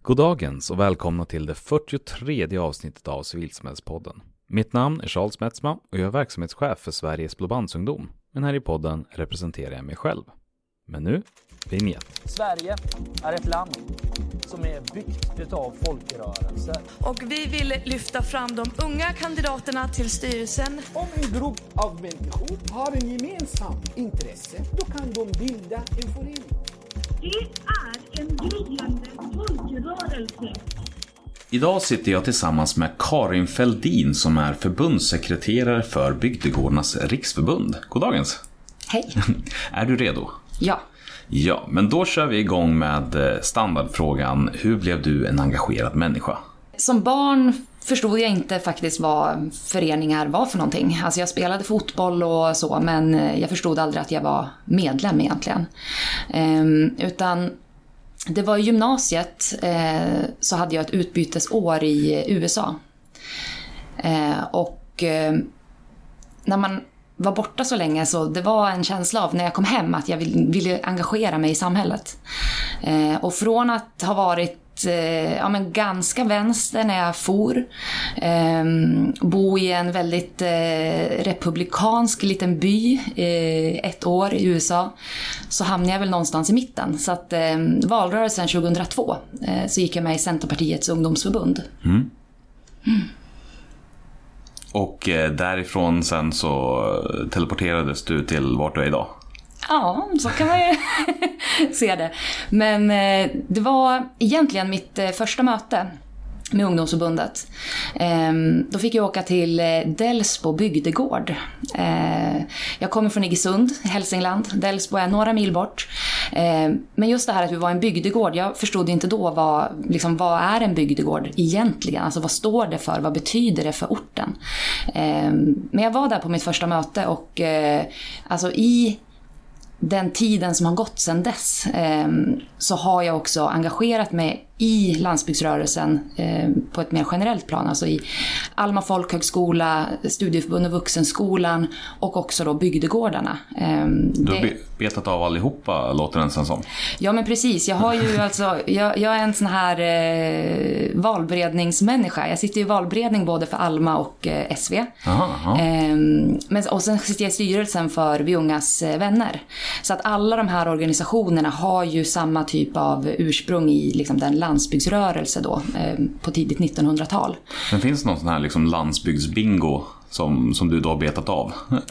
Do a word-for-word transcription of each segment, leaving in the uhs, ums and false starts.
Goddagens och välkomna till det fyrtiotredje avsnittet av Civilsamhällspodden. Mitt namn är Charles Metzma och jag är verksamhetschef för Sveriges Blåbandsungdom. Men här i podden representerar jag mig själv. Men nu, vignett. Sverige är ett land som är byggt utav folkrörelser. Och vi vill lyfta fram de unga kandidaterna till styrelsen. Om en grupp av människor har en gemensam intresse, då kan de bilda en förening. Det är en gryende folkrörelse. Idag sitter jag tillsammans med Karin Fälldin som är förbundssekreterare för Bygdegårdarnas riksförbund. Goddagens. Hej. Är du redo? Ja. Ja, men då kör vi igång med standardfrågan. Hur blev du en engagerad människa? Som barn förstod jag inte faktiskt vad föreningar var för någonting. Alltså jag spelade fotboll och så, men jag förstod aldrig att jag var medlem egentligen. Ehm, utan det var i gymnasiet eh, så hade jag ett utbytesår i U S A. Eh, och eh, när man var borta så länge så det var en känsla av när jag kom hem att jag ville engagera mig i samhället. Eh, och från att ha varit eh, ja, men ganska vänster när jag for, eh, bo i en väldigt eh, republikansk liten by eh, ett år i U S A, så hamnade jag väl någonstans i mitten. Så att eh, valrörelsen tjugohundratvå eh, så gick jag med i Centerpartiets ungdomsförbund. Mm. Mm. Och därifrån sen så teleporterades du till vart du är idag? Ja, så kan man ju se det. Men eh, det var egentligen mitt eh, första möte med ungdomsförbundet. Eh, då fick jag åka till eh, Delsbo bygdegård. Eh, jag kommer från Iggesund, Hälsingland. Delsbo är några mil bort. Eh, men just det här att vi var en bygdegård, jag förstod inte då vad, liksom, vad är en bygdegård egentligen? Alltså vad står det för? Vad betyder det för orten? Eh, men jag var där på mitt första möte och eh, alltså i den tiden som har gått sedan dess eh, så har jag också engagerat mig i landsbygdsrörelsen eh, på ett mer generellt plan. Alltså i Alma folkhögskola, studieförbund och vuxenskolan och också då bygdegårdarna. Eh, du har det... betat av allihopa, låter den sen som. Ja men precis, jag har ju alltså, jag, jag är en sån här eh, valberedningsmänniska. Jag sitter i valberedning både för Alma och eh, S V. Aha, aha. Eh, men, och sen sitter jag i styrelsen för Vi ungas eh, vänner. Så att alla de här organisationerna har ju samma typ av ursprung i liksom den landsbygdsrörelse då, eh, på tidigt nittonhundratal. Men finns det någon sån här liksom landsbygdsbingo som, som du då har betat av?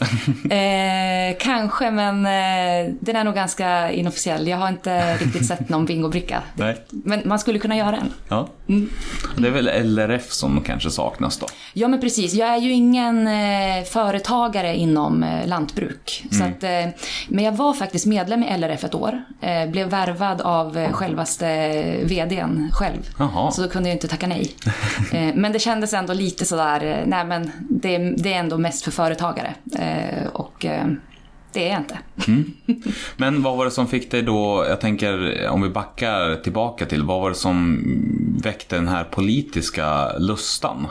eh, kanske, men eh, den är nog ganska inofficiell. Jag har inte riktigt sett någon bingobricka. Nej. Men man skulle kunna göra en. Ja. Mm. Det är väl L R F som kanske saknas då? Ja men precis, jag är ju ingen eh, företagare inom eh, lantbruk. Mm. Så att, eh, men jag var faktiskt medlem i L R F ett år. Eh, blev värvad av eh, självaste vdn själv. Aha. Så då kunde jag inte tacka nej. eh, men det kändes ändå lite sådär, eh, nej men det, det är ändå mest för företagare. Eh, och eh, det är jag inte. Mm. Men vad var det som fick dig då, jag tänker om vi backar tillbaka till, vad var det som väckte den här politiska lustan?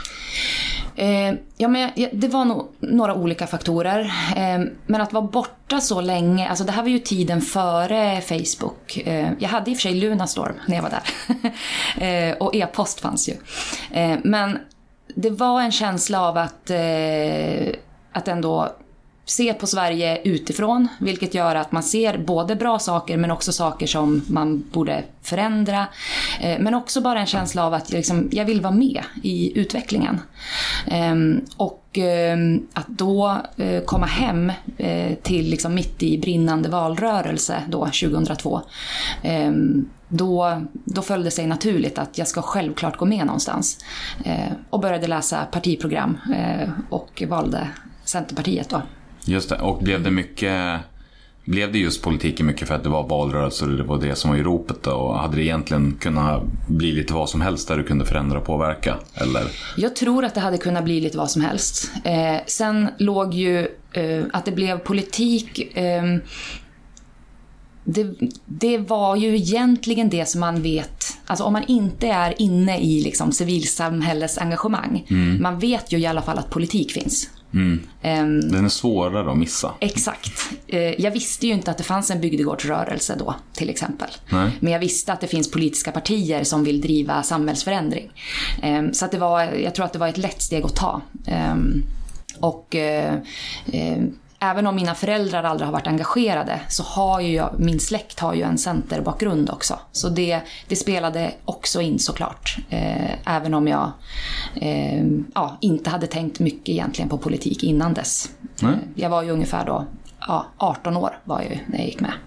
Eh, ja, men jag, det var nog några olika faktorer. Eh, men att vara borta så länge, alltså det här var ju tiden före Facebook. Eh, jag hade i och för sig Lunarstorm när jag var där. eh, och e-post fanns ju. Eh, men det var en känsla av att, eh, att ändå se på Sverige utifrån, vilket gör att man ser både bra saker men också saker som man borde förändra. Eh, men också bara en känsla av att liksom, jag vill vara med i utvecklingen. Eh, och eh, att då eh, komma hem eh, till liksom mitt i brinnande valrörelse då tjugohundratvå. Eh, Då, då följde det sig naturligt att jag ska självklart gå med någonstans. Eh, och började läsa partiprogram eh, och valde Centerpartiet då. Just det, och blev det mycket, blev det just politiken mycket för att det var valrörelser och det var det som var i ropet då? Och hade det egentligen kunnat bli lite vad som helst där du kunde förändra och påverka? Eller? Jag tror att det hade kunnat bli lite vad som helst. Eh, sen låg ju eh, att det blev politik... Eh, Det, det var ju egentligen det som man vet, alltså om man inte är inne i liksom civilsamhällets engagemang, mm. man vet ju i alla fall att politik finns. Mm. Um, Den är svårare att missa. Exakt. Uh, jag visste ju inte att det fanns en bygdegårdsrörelse då, till exempel. Nej. Men jag visste att det finns politiska partier som vill driva samhällsförändring. Um, så att det var, jag tror att det var ett lätt steg att ta. Um, och... Uh, uh, Även om mina föräldrar aldrig har varit engagerade så har ju jag, min släkt har ju en centerbakgrund också. Så det, det spelade också in såklart. Eh, även om jag eh, ja, inte hade tänkt mycket egentligen på politik innan dess. Mm. Eh, jag var ju ungefär då ja, arton år var jag ju när jag gick med.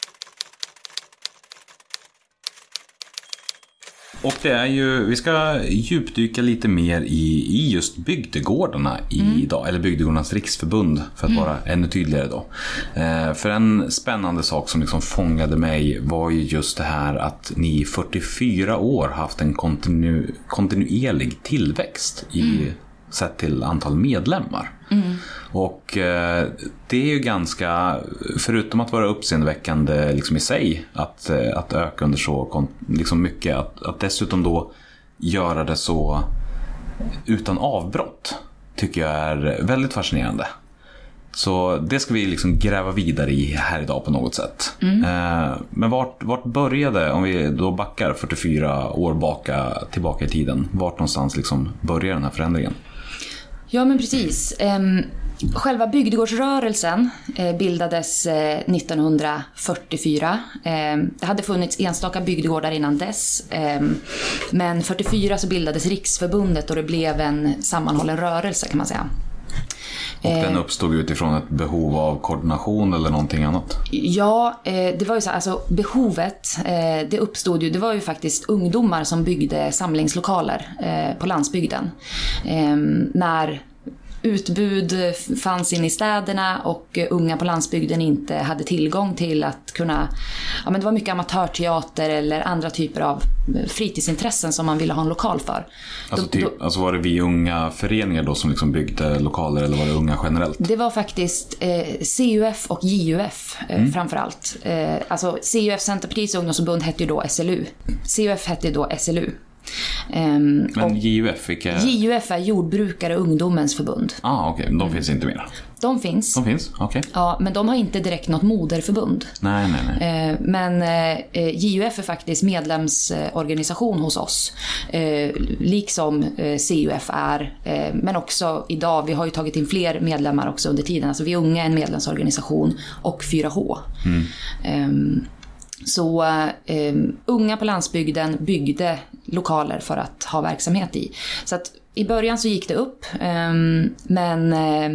Och det är ju, vi ska djupdyka lite mer i, i just bygdegårdarna idag, mm. eller Bygdegårdarnas riksförbund för att mm. vara ännu tydligare då. Eh, för en spännande sak som liksom fångade mig var ju just det här att ni i fyrtiofyra år haft en kontinu, kontinuerlig tillväxt i mm. sett till antal medlemmar. Mm. Och eh, det är ju ganska, förutom att vara uppseendeväckande liksom i sig, att, eh, att öka under så liksom mycket, att, att dessutom då göra det så utan avbrott tycker jag är väldigt fascinerande. Så det ska vi liksom gräva vidare i här idag på något sätt. Mm. Eh, men vart, vart började, om vi då backar fyrtiofyra år baka, tillbaka i tiden, vart någonstans liksom börjar den här förändringen? Ja, men precis. Själva bygdegårdsrörelsen bildades nittonhundrafyrtiofyra. Det hade funnits enstaka bygdegårdar innan dess. Men fyrtiofyra så bildades Riksförbundet och det blev en sammanhållen rörelse kan man säga. Och den uppstod utifrån ett behov av koordination eller någonting annat? Ja, det var ju så här, alltså behovet, det uppstod ju, det var ju faktiskt ungdomar som byggde samlingslokaler på landsbygden. När utbud fanns in i städerna och unga på landsbygden inte hade tillgång till att kunna, ja men det var mycket amatörteater eller andra typer av fritidsintressen som man ville ha en lokal för. Alltså, då, typ, då, alltså var det vi unga föreningar då som liksom byggde lokaler eller var det unga generellt? Det var faktiskt eh, C U F och J U F eh, mm. framförallt. Eh, alltså C U F, Centerpartiets ungdomsförbund, hette ju då S L U. C U F hette ju då S L U. Um, Men J U F, vilka... J U F är jordbrukare ungdomens förbund. Ah, okej. Okay. De mm. finns inte mer. De finns. De finns, okej. Okay. Ja, men de har inte direkt något moderförbund. Nej, nej, nej. Uh, men uh, J U F är faktiskt medlemsorganisation hos oss. Uh, liksom uh, C U F är. Uh, men också idag, vi har ju tagit in fler medlemmar också under tiden. Alltså vi unga är en medlemsorganisation och fyra H. Mm. Um, Så eh, unga på landsbygden byggde lokaler för att ha verksamhet i. Så att i början så gick det upp. Eh, men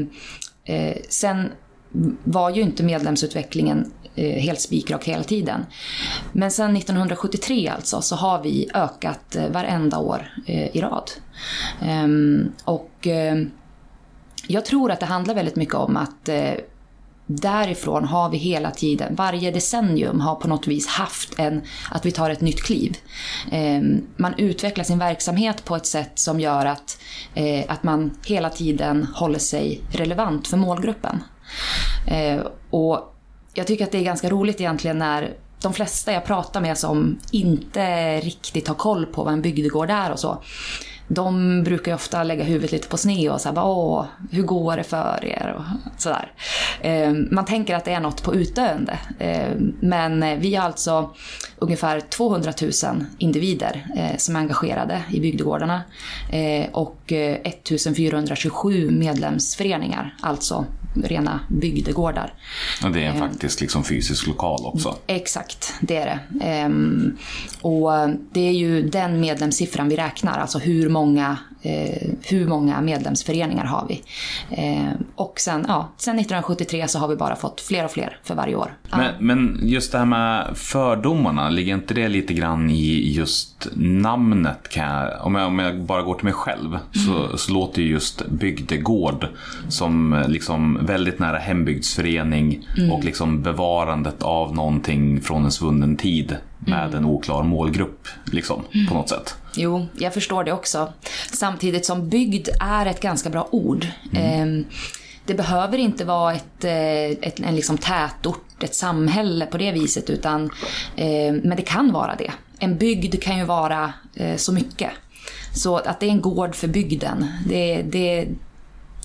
eh, sen var ju inte medlemsutvecklingen eh, helt spikrak hela tiden. Men sen nittonhundrasjuttiotre alltså så har vi ökat eh, varenda år eh, i rad. Eh, och eh, jag tror att det handlar väldigt mycket om att eh, därifrån har vi hela tiden, varje decennium har på något vis haft en, att vi tar ett nytt kliv. Eh, man utvecklar sin verksamhet på ett sätt som gör att, eh, att man hela tiden håller sig relevant för målgruppen. Eh, och jag tycker att det är ganska roligt egentligen när de flesta jag pratar med som inte riktigt har koll på vad en bygdegård är och så, de brukar ju ofta lägga huvudet lite på sned och säga, åh, hur går det för er? Och sådär. Eh, man tänker att det är något på utdöende. Eh, men vi har alltså ungefär tvåhundratusen individer eh, som är engagerade i bygdegårdarna. Eh, och ettusensfyrahundratjugosju medlemsföreningar, alltså rena bygdegårdar. Och det är en faktiskt liksom fysisk lokal också. Exakt, det är det. Ehm, och det är ju den medlemssiffran vi räknar, alltså hur många, eh, hur många medlemsföreningar har vi. Ehm, och sen, ja, sen nittonhundrasjuttiotre så har vi bara fått fler och fler för varje år. Men, ja. men just det här med fördomarna, ligger inte det lite grann i just namnet? Kan jag, om, jag, om jag bara går till mig själv mm. så, så låter ju just bygdegård som liksom väldigt nära hembygdsförening mm. och liksom bevarandet av någonting från en svunnen tid med mm. en oklar målgrupp liksom, mm. på något sätt. Jo, jag förstår det också. Samtidigt som bygd är ett ganska bra ord. Mm. Eh, det behöver inte vara ett, ett, en liksom tätort, ett samhälle på det viset, utan, eh, men det kan vara det. En bygd kan ju vara eh, så mycket. Så att det är en gård för bygden, det, det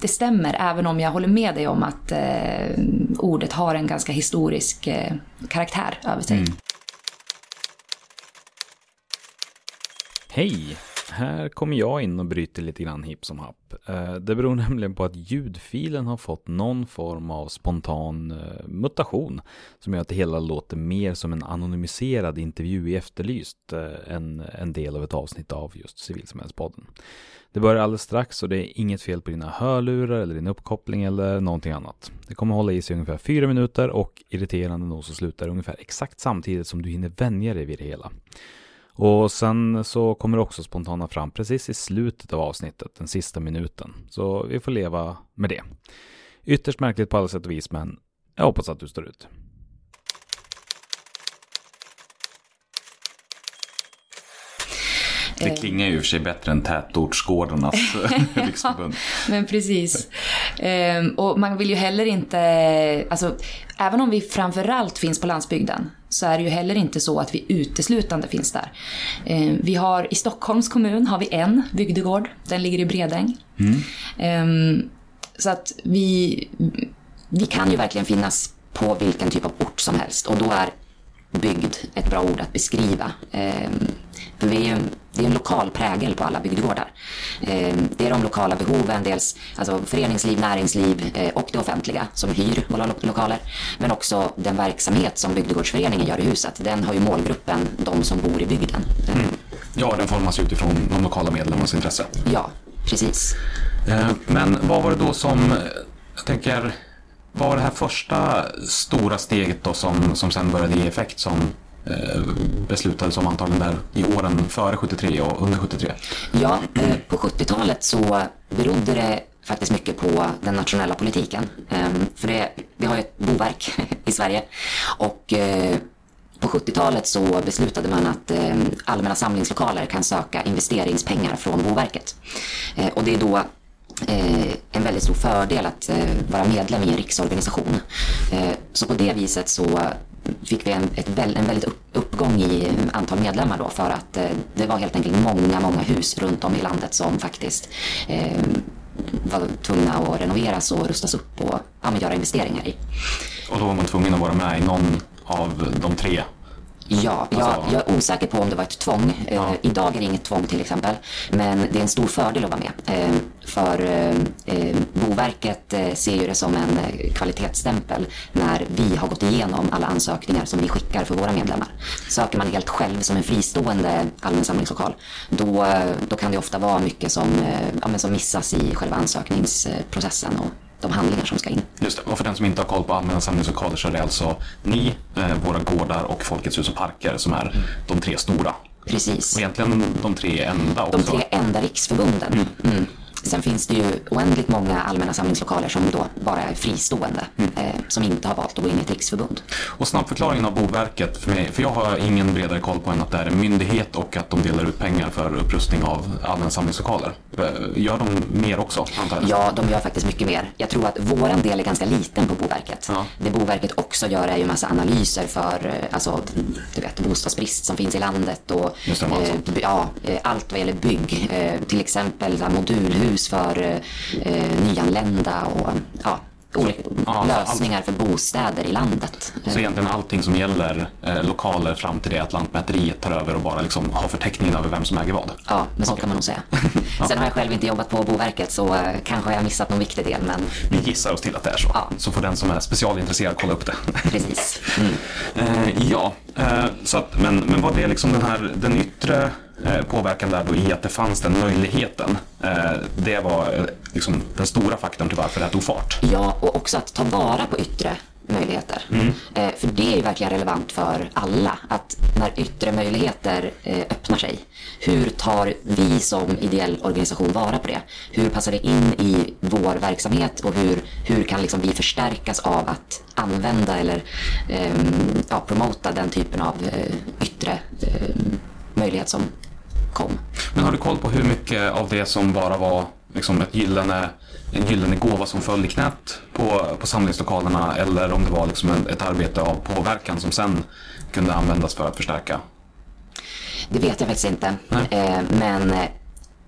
det stämmer, även om jag håller med dig om att eh, ordet har en ganska historisk eh, karaktär över sig. Mm. Hej! Här kommer jag in och bryter lite grann hipp som happ. Det beror nämligen på att ljudfilen har fått någon form av spontan mutation som gör att det hela låter mer som en anonymiserad intervju i Efterlyst än en del av ett avsnitt av just Civilsamhällespodden. Det börjar alldeles strax och det är inget fel på dina hörlurar eller din uppkoppling eller någonting annat. Det kommer hålla i sig ungefär fyra minuter och irriterande nog så slutar det ungefär exakt samtidigt som du hinner vänja dig vid det hela. Och sen så kommer det också spontana fram precis i slutet av avsnittet, den sista minuten. Så vi får leva med det. Ytterst märkligt på alla sätt och vis, men jag hoppas att du står ut. Det klingar ju för sig bättre än tätortsgårdarnas riksförbund. Ja, men precis. Ehm, och man vill ju heller inte, alltså även om vi framförallt finns på landsbygden så är det ju heller inte så att vi uteslutande finns där. Ehm, vi har i Stockholms kommun har vi en bygdegård, den ligger i Bredäng. Mm. Ehm, så att vi, vi kan ju verkligen finnas på vilken typ av ort som helst och då är bygd ett bra ord att beskriva. Ehm, för vi är ju, det är en lokal prägel på alla bygdegårdar. Ehm, det är de lokala behoven, dels alltså föreningsliv, näringsliv eh, och det offentliga som hyr våra lo- lokaler. Men också den verksamhet som bygdegårdsföreningen gör i huset. Den har ju målgruppen de som bor i bygden. Mm. Ja, den formas utifrån de lokala medlemmarnas intresse. Ja, precis. Ehm, men vad var det då som, jag tänker... Vad var det här första stora steget då som, som sen började ge effekt som eh, beslutades om antagligen där i åren före sjuttiotre och under sjuttiotre? Ja, eh, på sjuttiotalet så berodde det faktiskt mycket på den nationella politiken. Eh, för det, vi har ju ett boverk i Sverige och eh, på sjuttiotalet så beslutade man att eh, allmänna samlingslokaler kan söka investeringspengar från boverket. Eh, och det är då Eh, en väldigt stor fördel att eh, vara medlem i en riksorganisation. Eh, så på det viset så fick vi en, ett väl, en väldigt upp, uppgång i antal medlemmar då för att eh, det var helt enkelt många, många hus runt om i landet som faktiskt eh, var tvungna att renoveras och rustas upp och ja, göra investeringar i. Och då var man tvungen att vara med i någon av de tre? Ja, jag, alltså, jag är osäker på om det var ett tvång. Ja. Eh, idag är det inget tvång till exempel. Men det är en stor fördel att vara med. Eh, för eh, Boverket eh, ser ju det som en eh, kvalitetsstämpel när vi har gått igenom alla ansökningar som vi skickar för våra medlemmar. Söker man helt själv som en fristående allmän samlingslokal, då, då kan det ofta vara mycket som, eh, ja, men som missas i själva ansökningsprocessen och de handlingar som ska in. Just det, och för den som inte har koll på allmänna samlingslokaler så är det alltså ni, eh, våra gårdar och Folkets hus och parker som är de tre stora. Precis. Och egentligen de tre enda också. De tre enda riksförbunden. Mm. Mm. Sen finns det ju oändligt många allmänna samlingslokaler som då bara är fristående, mm. eh, som inte har valt att gå in i ett riksförbund. Och snabbförklaringen av Boverket för mig, för jag har ingen bredare koll på än att det är en myndighet och att de delar ut pengar för upprustning av allmänna samlingslokaler. Gör de mer också, antar jag? Ja, de gör faktiskt mycket mer. Jag tror att våran del är ganska liten på Boverket. Ja. Det Boverket också gör är ju massa analyser för alltså, du vet, bostadsbrist som finns i landet och Just det, eh, ja, allt vad gäller bygg. Eh, till exempel så här, modulhus för eh, nyanlända och ja, olika ja, lösningar all... för bostäder i landet. Så egentligen allting som gäller eh, lokaler fram till det att Lantmäteriet tar över och bara liksom har förteckningen över vem som äger vad? Ja, men så okay. kan man nog säga. ja. Sen har jag själv inte jobbat på Boverket så eh, kanske jag har missat någon viktig del. Men... Vi gissar oss till att det är så. Ja. Så får den som är specialintresserad kolla upp det. Precis. Mm. eh, ja, eh, så att, men, men var det liksom den här den yttre påverkan där då i att det fanns den möjligheten. Det var liksom den stora faktorn till varför det tog fart. Ja, och också att ta vara på yttre möjligheter. Mm. För det är ju verkligen relevant för alla. Att när yttre möjligheter öppnar sig, hur tar vi som ideell organisation vara på det? Hur passar det in i vår verksamhet och hur, hur kan liksom vi förstärkas av att använda eller ja, promota den typen av yttre möjlighet som kom. Men har du koll på hur mycket av det som bara var liksom ett gyllene, en gyllene gåva som föll i knät på, på samlingslokalerna eller om det var liksom en, ett arbete av påverkan som sen kunde användas för att förstärka? Det vet jag faktiskt inte. Eh, men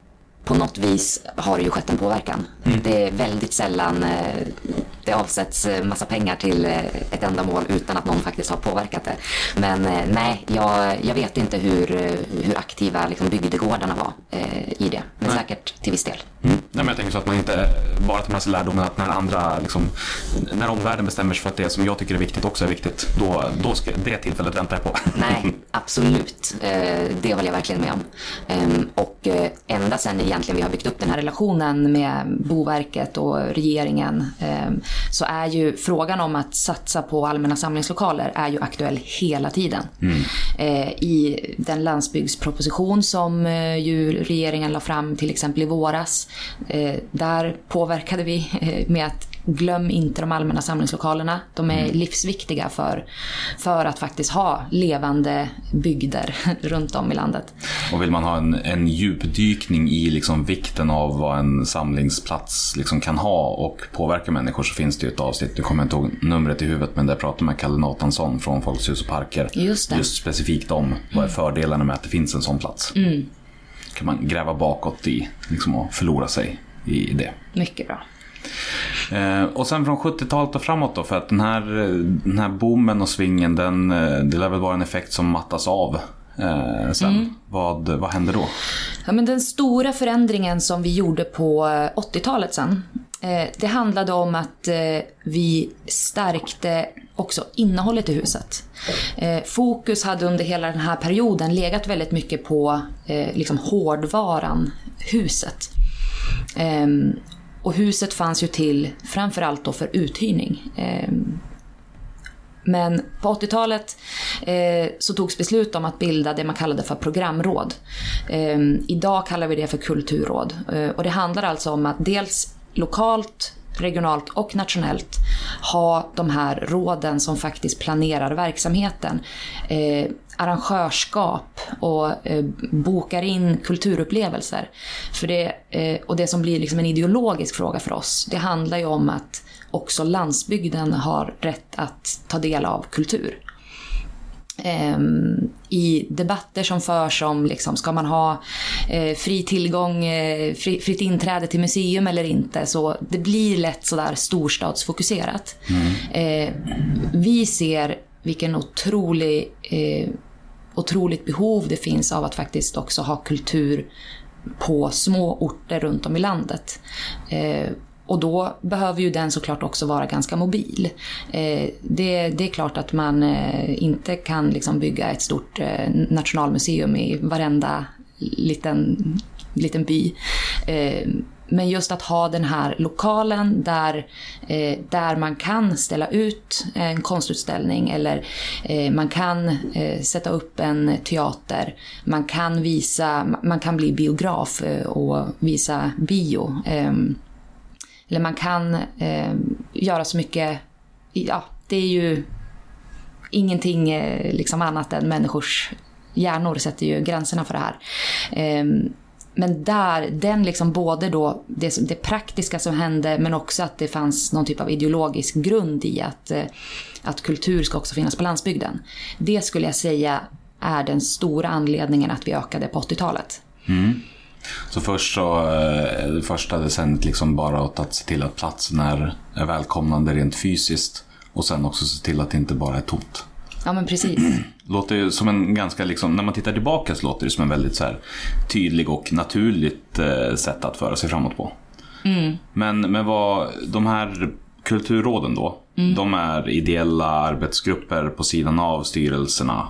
på något vis har det ju skett en påverkan. Mm. Det är väldigt sällan eh, det avsätts massa pengar till ett ändamål utan att någon faktiskt har påverkat det. Men eh, nej, jag, jag vet inte hur, hur aktiva liksom, bygdegårdarna var eh, i det. Men nej. Säkert till viss del. Mm. Nej, men jag tänker så att man inte bara tar med sig lärdomen att när andra, liksom, när omvärlden bestämmer sig för att det som jag tycker är viktigt också är viktigt, då, då ska det tillfället vänta jag på. Nej, absolut. Det håller jag verkligen med om. Och ända sedan egentligen vi har byggt upp den här relationen med Boverket och regeringen, så är ju frågan om att satsa på allmänna samlingslokaler är ju aktuell hela tiden. Mm. I den landsbygdsproposition som ju regeringen la fram till exempel i våras, där påverkade vi med att glöm inte de allmänna samlingslokalerna. De är mm. livsviktiga för, för att faktiskt ha levande bygder runt om i landet. Och vill man ha en, en djupdykning i liksom vikten av vad en samlingsplats liksom kan ha och påverka människor, så finns det ju ett avsnitt, du kommer inte ihåg numret i huvudet, men där pratar med Kalle Natansson från Folkets och parker. Just, det. Just specifikt om vad är fördelarna med att det finns en sån plats. Mm. Kan man gräva bakåt i liksom, och förlora sig i det. Mycket bra. Eh, och sen från sjuttiotalet och framåt då, för att den här, den här boomen och svingen, den, det lär väl vara en effekt som mattas av eh, sen. Mm. Vad, vad händer då? Ja, men den stora förändringen som vi gjorde på åttiotalet sen, eh, det handlade om att eh, vi stärkte också innehållet i huset. Eh, fokus hade under hela den här perioden legat väldigt mycket på eh, liksom hårdvaran, huset. Eh, Och huset fanns ju till framförallt då för uthyrning. Men på åttiotalet så togs beslut om att bilda det man kallade för programråd. Idag kallar vi det för kulturråd. Och det handlar alltså om att dels lokalt, regionalt och nationellt ha de här råden som faktiskt planerar verksamheten. Eh, arrangörskap och eh, bokar in kulturupplevelser. För det, eh, och det som blir liksom en ideologisk fråga för oss, det handlar ju om att också landsbygden har rätt att ta del av kultur. I debatter som förs om liksom, ska man ha eh, fri tillgång, eh, fri, fritt inträde till museum eller inte, så det blir lätt sådär storstadsfokuserat. Mm. Eh, vi ser vilken otrolig, eh, otroligt behov det finns av att faktiskt också ha kultur på små orter runt om i landet. Eh, Och då behöver ju den såklart också vara ganska mobil. Eh, det, det är klart att man eh, inte kan liksom bygga ett stort eh, nationalmuseum i varenda liten, liten by. Eh, men just att ha den här lokalen där, eh, där man kan ställa ut en konstutställning eller eh, man kan eh, sätta upp en teater. Man kan visa, man kan bli biograf eh, och visa bio. Eh, Eller man kan eh, göra så mycket, ja, det är ju ingenting eh, liksom annat än människors hjärnor sätter ju gränserna för det här. Eh, men där, den liksom både då, det, det praktiska som hände, men också att det fanns någon typ av ideologisk grund i att, eh, att kultur ska också finnas på landsbygden. Det skulle jag säga är den stora anledningen att vi ökade på åttiotalet. Mm. Så först så, det första decenniet liksom bara att se till att platsen är, är välkomnande rent fysiskt och sen också se till att det inte bara är tomt. Ja, men precis. Låter ju som en ganska liksom, när man tittar tillbaka så låter det som en väldigt så här tydlig och naturligt eh, sätt att föra sig framåt på. Mm. Men, men vad, de här kulturråden då, mm. de är ideella arbetsgrupper på sidan av styrelserna?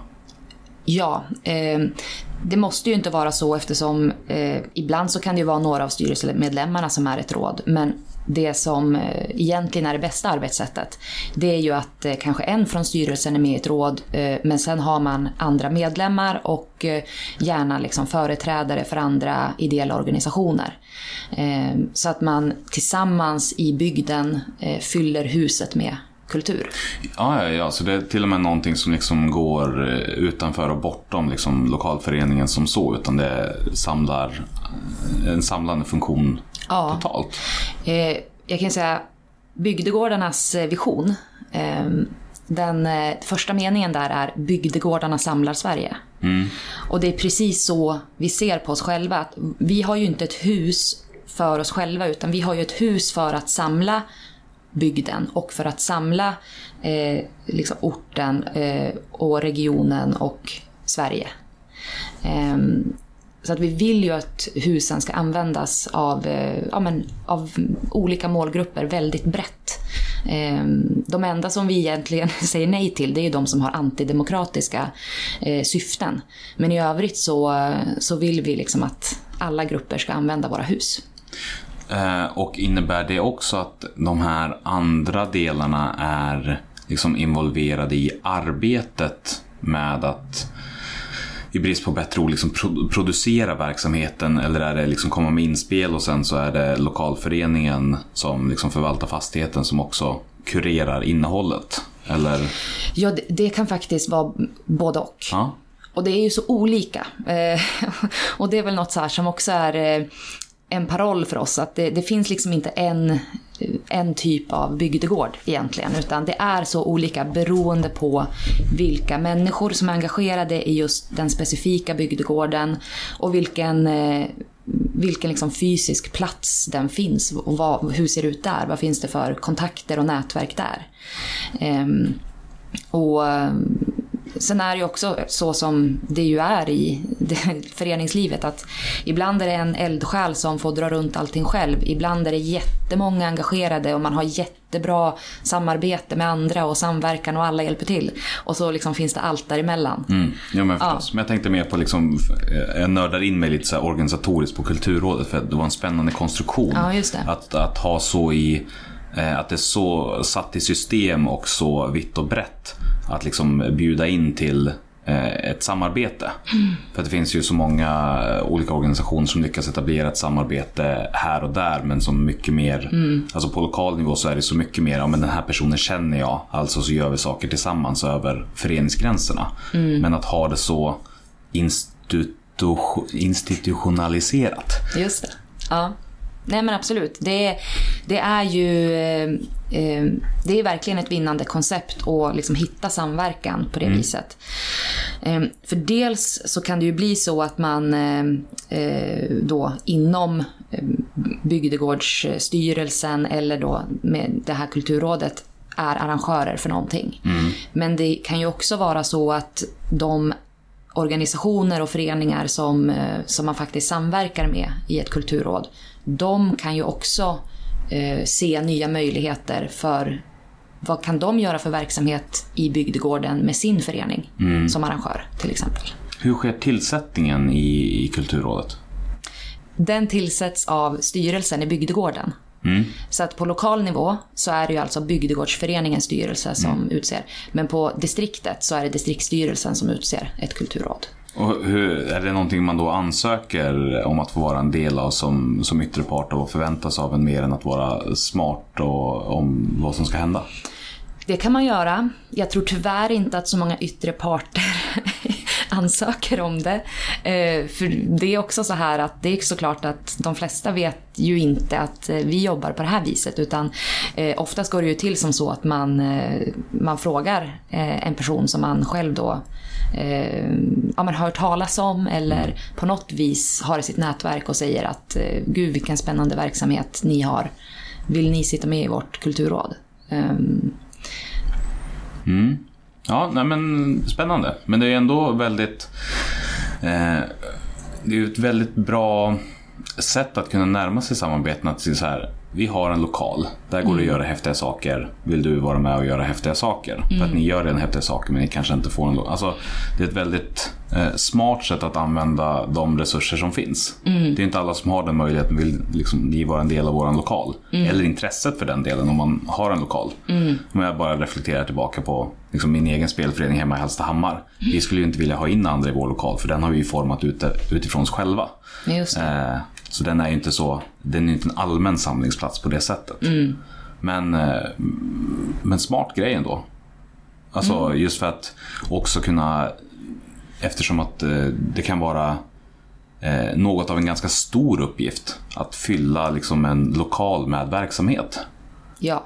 Ja, eh, det måste ju inte vara så eftersom eh, ibland så kan det ju vara några av styrelsemedlemmarna som är ett råd. Men det som eh, egentligen är det bästa arbetssättet, det är ju att eh, kanske en från styrelsen är med i ett råd, eh, men sen har man andra medlemmar och eh, gärna liksom företrädare för andra ideella organisationer. Eh, så att man tillsammans i bygden eh, fyller huset med kultur. Ja, ja, ja, så det är till och med någonting som liksom går utanför och bortom liksom lokalföreningen som så, utan det samlar en samlande funktion ja. Totalt. Eh, jag kan säga bygdegårdarnas vision, eh, den eh, första meningen där är bygdegårdarna samlar Sverige. Mm. Och det är precis så vi ser på oss själva. Att vi har ju inte ett hus för oss själva, utan vi har ju ett hus för att samla bygden och för att samla eh, liksom orten eh, och regionen och Sverige. Eh, så att vi vill ju att husen ska användas av, eh, ja, men, av olika målgrupper väldigt brett. Eh, de enda som vi egentligen säger nej till, det är ju de som har antidemokratiska eh, syften. Men i övrigt så, så vill vi liksom att alla grupper ska använda våra hus. Och innebär det också att de här andra delarna är liksom involverade i arbetet med att, i brist på bättre ord, liksom producera verksamheten, eller är det liksom komma med inspel och sen så är det lokalföreningen som liksom förvaltar fastigheten som också kurerar innehållet? Eller? Ja, det, det kan faktiskt vara både och. Ja. Och det är ju så olika. Och det är väl något så här som också är en paroll för oss, att det, det finns liksom inte en, en typ av bygdegård egentligen, utan det är så olika beroende på vilka människor som är engagerade i just den specifika bygdegården och vilken, vilken liksom fysisk plats den finns och vad, hur ser det ut där, vad finns det för kontakter och nätverk där. Ehm, och sen är det ju också så som det ju är i föreningslivet, att ibland är det en eldsjäl som får dra runt allting själv. Ibland är det jättemånga engagerade och man har jättebra samarbete med andra och samverkan och alla hjälper till. Och så liksom finns det allt däremellan. Mm. Ja, men förstås. Ja. Men jag tänkte mer på, liksom, jag nördar in mig lite så här organisatoriskt på Kulturrådet, för det var en spännande konstruktion. Ja, just det. Att, att ha så i, att det är så satt i system och så vitt och brett att liksom bjuda in till ett samarbete. Mm. För att det finns ju så många olika organisationer som lyckas etablera ett samarbete här och där, men som mycket mer, mm. alltså på lokal nivå så är det så mycket mer, ja men den här personen känner jag, alltså så gör vi saker tillsammans över föreningsgränserna. Mm. Men att ha det så institu- institutionaliserat. Just det, ja. Nej men absolut, det, det är ju eh, det är verkligen ett vinnande koncept att liksom hitta samverkan på det mm. viset. Eh, för dels så kan det ju bli så att man eh, då inom bygdegårdsstyrelsen eller då med det här kulturrådet är arrangörer för någonting. Mm. Men det kan ju också vara så att de organisationer och föreningar som, som man faktiskt samverkar med i ett kulturråd, de kan ju också eh, se nya möjligheter för vad kan de göra för verksamhet i bygdegården med sin förening mm. som arrangör till exempel. Hur sker tillsättningen i, i kulturrådet? Den tillsätts av styrelsen i bygdegården. Mm. Så att på lokal nivå så är det ju alltså bygdegårdsföreningens styrelse som mm. utser. Men på distriktet så är det distriktsstyrelsen som utser ett kulturråd. Och hur, är det någonting man då ansöker om att få vara en del av som, som yttre part och förväntas av en mer än att vara smart och, om vad som ska hända? Det kan man göra. Jag tror tyvärr inte att så många yttre parter ansöker om det. Eh, för det är också så här att det är såklart att de flesta vet ju inte att vi jobbar på det här viset, utan eh, oftast går det ju till som så att man, eh, man frågar eh, en person som man själv då eh, ja, man har hört talas om eller på något vis har i sitt nätverk och säger att eh, gud vilken spännande verksamhet ni har. Vill ni sitta med i vårt kulturråd? Eh, Mm. Ja, nej men spännande. Men det är ändå väldigt eh, det är ju ett väldigt bra sätt att kunna närma sig samarbeten, att se så här, vi har en lokal, där går det att göra häftiga saker. Vill du vara med och göra häftiga saker? Mm. För att ni gör redan häftiga saker men ni kanske inte får en lo- alltså, det är ett väldigt eh, smart sätt att använda de resurser som finns. Mm. Det är inte alla som har den möjligheten, vill liksom, ni vara en del av våran lokal. Mm. Eller intresset för den delen om man har en lokal. Mm. Om jag bara reflekterar tillbaka på liksom, min egen spelförening hemma i Hallstahammar. Mm. Vi skulle ju inte vilja ha in andra i vår lokal, för den har vi ju format ut, utifrån oss själva. Just det. Eh, så den är ju inte så, den är inte en allmän samlingsplats på det sättet. Mm. Men, men smart grej ändå. Alltså mm. just för att också kunna, eftersom att det kan vara eh, något av en ganska stor uppgift att fylla liksom en lokal med verksamhet. Ja.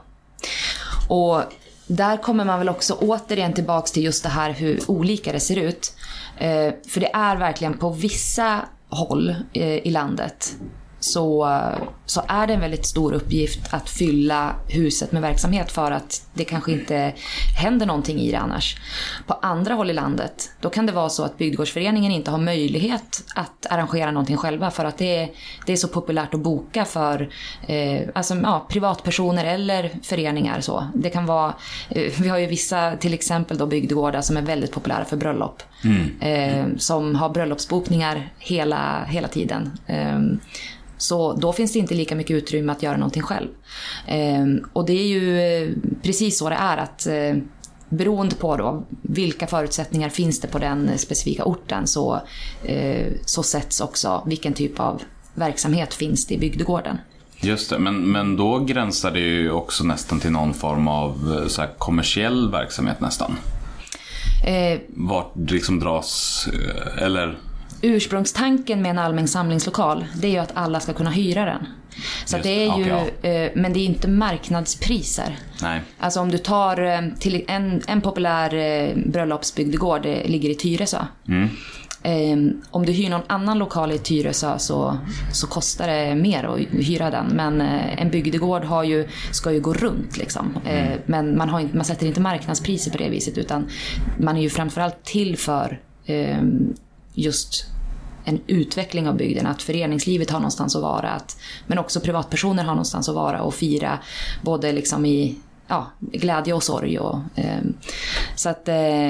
Och där kommer man väl också återigen tillbaks till just det här hur olika det ser ut. Eh, för det är verkligen på vissa håll eh, i landet så, så är det en väldigt stor uppgift att fylla huset med verksamhet för att det kanske inte händer någonting i det annars. På andra håll i landet, då kan det vara så att bygdegårdsföreningen inte har möjlighet att arrangera någonting själva för att det är, det är så populärt att boka för eh, alltså, ja, privatpersoner eller föreningar. Så. Det kan vara, eh, vi har ju vissa till exempel då bygdegårdar som är väldigt populära för bröllop. Mm. Eh, som har bröllopsbokningar hela, hela tiden. Eh, Så då finns det inte lika mycket utrymme att göra någonting själv. Eh, och det är ju eh, precis så det är att eh, beroende på då, vilka förutsättningar finns det på den specifika orten så, eh, så sätts också vilken typ av verksamhet finns det i bygdegården. Just det, men, men då gränsar det ju också nästan till någon form av så här, kommersiell verksamhet nästan. Eh, Vart liksom dras, eller... Ursprungstanken med en allmän samlingslokal, det är ju att alla ska kunna hyra den. Så det är ju, okay, ja. eh, men det är inte marknadspriser. Nej. Alltså om du tar eh, till en, en populär eh, bröllopsbygdegård, det ligger i Tyresö. Mm. Eh, om du hyr någon annan lokal i Tyresö så, så kostar det mer att hyra den. Men eh, en bygdegård har ju, ska ju gå runt liksom. Eh, mm. Men man, har inte, man sätter inte marknadspriser på det viset, utan man är ju framförallt till för eh, just en utveckling av bygden, att föreningslivet har någonstans att vara, att, men också privatpersoner har någonstans att vara och fira både liksom i ja, glädje och sorg och, eh, så att eh,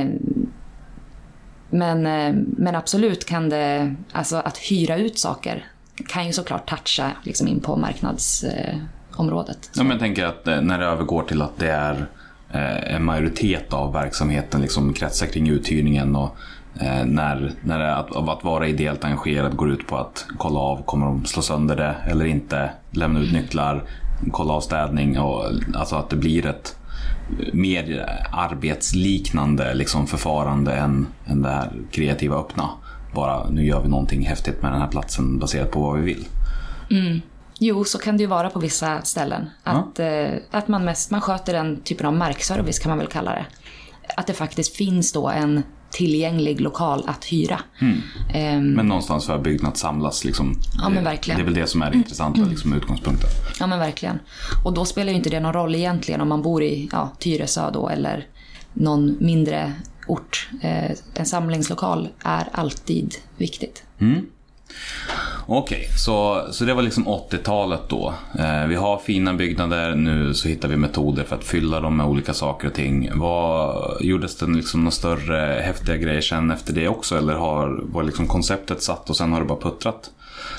men, eh, men absolut kan det, alltså att hyra ut saker kan ju såklart toucha liksom in på marknadsområdet. Eh, ja, men jag tänker att när det övergår till att det är eh, en majoritet av verksamheten liksom kretsar kring uthyrningen och Eh, när, när det att, att vara ideellt engagerad går ut på att kolla av, kommer de slå sönder det eller inte, lämna ut nycklar, kolla av städning och, alltså att det blir ett mer arbetsliknande liksom, förfarande än, än det här kreativa öppna. Bara nu gör vi någonting häftigt med den här platsen baserat på vad vi vill. Mm. Jo, så kan det ju vara på vissa ställen. Att, mm. eh, att man, mest, man sköter den typen av markservice kan man väl kalla det. Att det faktiskt finns då en tillgänglig lokal att hyra. Mm. Um, men någonstans för byggnad samlas liksom. Ja, men verkligen. Det är väl det som är det intressanta mm. liksom, utgångspunkten. Ja, men verkligen. Och då spelar ju inte det någon roll egentligen om man bor i ja, Tyresö då eller någon mindre ort. Eh, en samlingslokal är alltid viktigt. Mm. Okej, okay, så, så det var liksom åttiotalet då. Eh, vi har fina byggnader, nu så hittar vi metoder för att fylla dem med olika saker och ting. Vad, gjordes det liksom några större häftiga grejer sen efter det också? Eller har, var liksom konceptet satt och sen har det bara puttrat?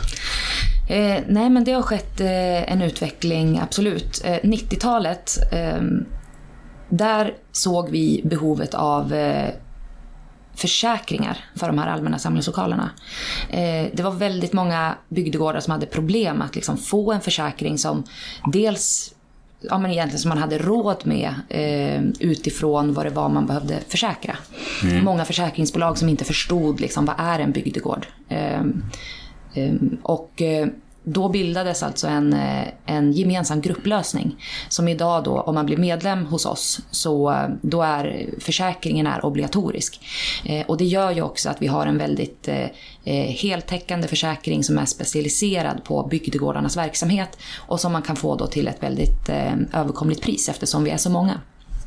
Eh, nej, men det har skett eh, en utveckling, absolut. Eh, nittiotalet, eh, där såg vi behovet av eh, försäkringar för de här allmänna samlingslokalerna. Eh, det var väldigt många bygdegårdar som hade problem att liksom få en försäkring som dels ja, men egentligen som man hade råd med eh, utifrån vad det var man behövde försäkra. Mm. Många försäkringsbolag som inte förstod liksom, vad är en bygdegård. Eh, eh, och eh, då bildades alltså en, en gemensam grupplösning som idag då, om man blir medlem hos oss, så då är försäkringen är obligatorisk. Eh, och det gör ju också att vi har en väldigt eh, heltäckande försäkring som är specialiserad på bygdegårdarnas verksamhet och som man kan få då till ett väldigt eh, överkomligt pris eftersom vi är så många.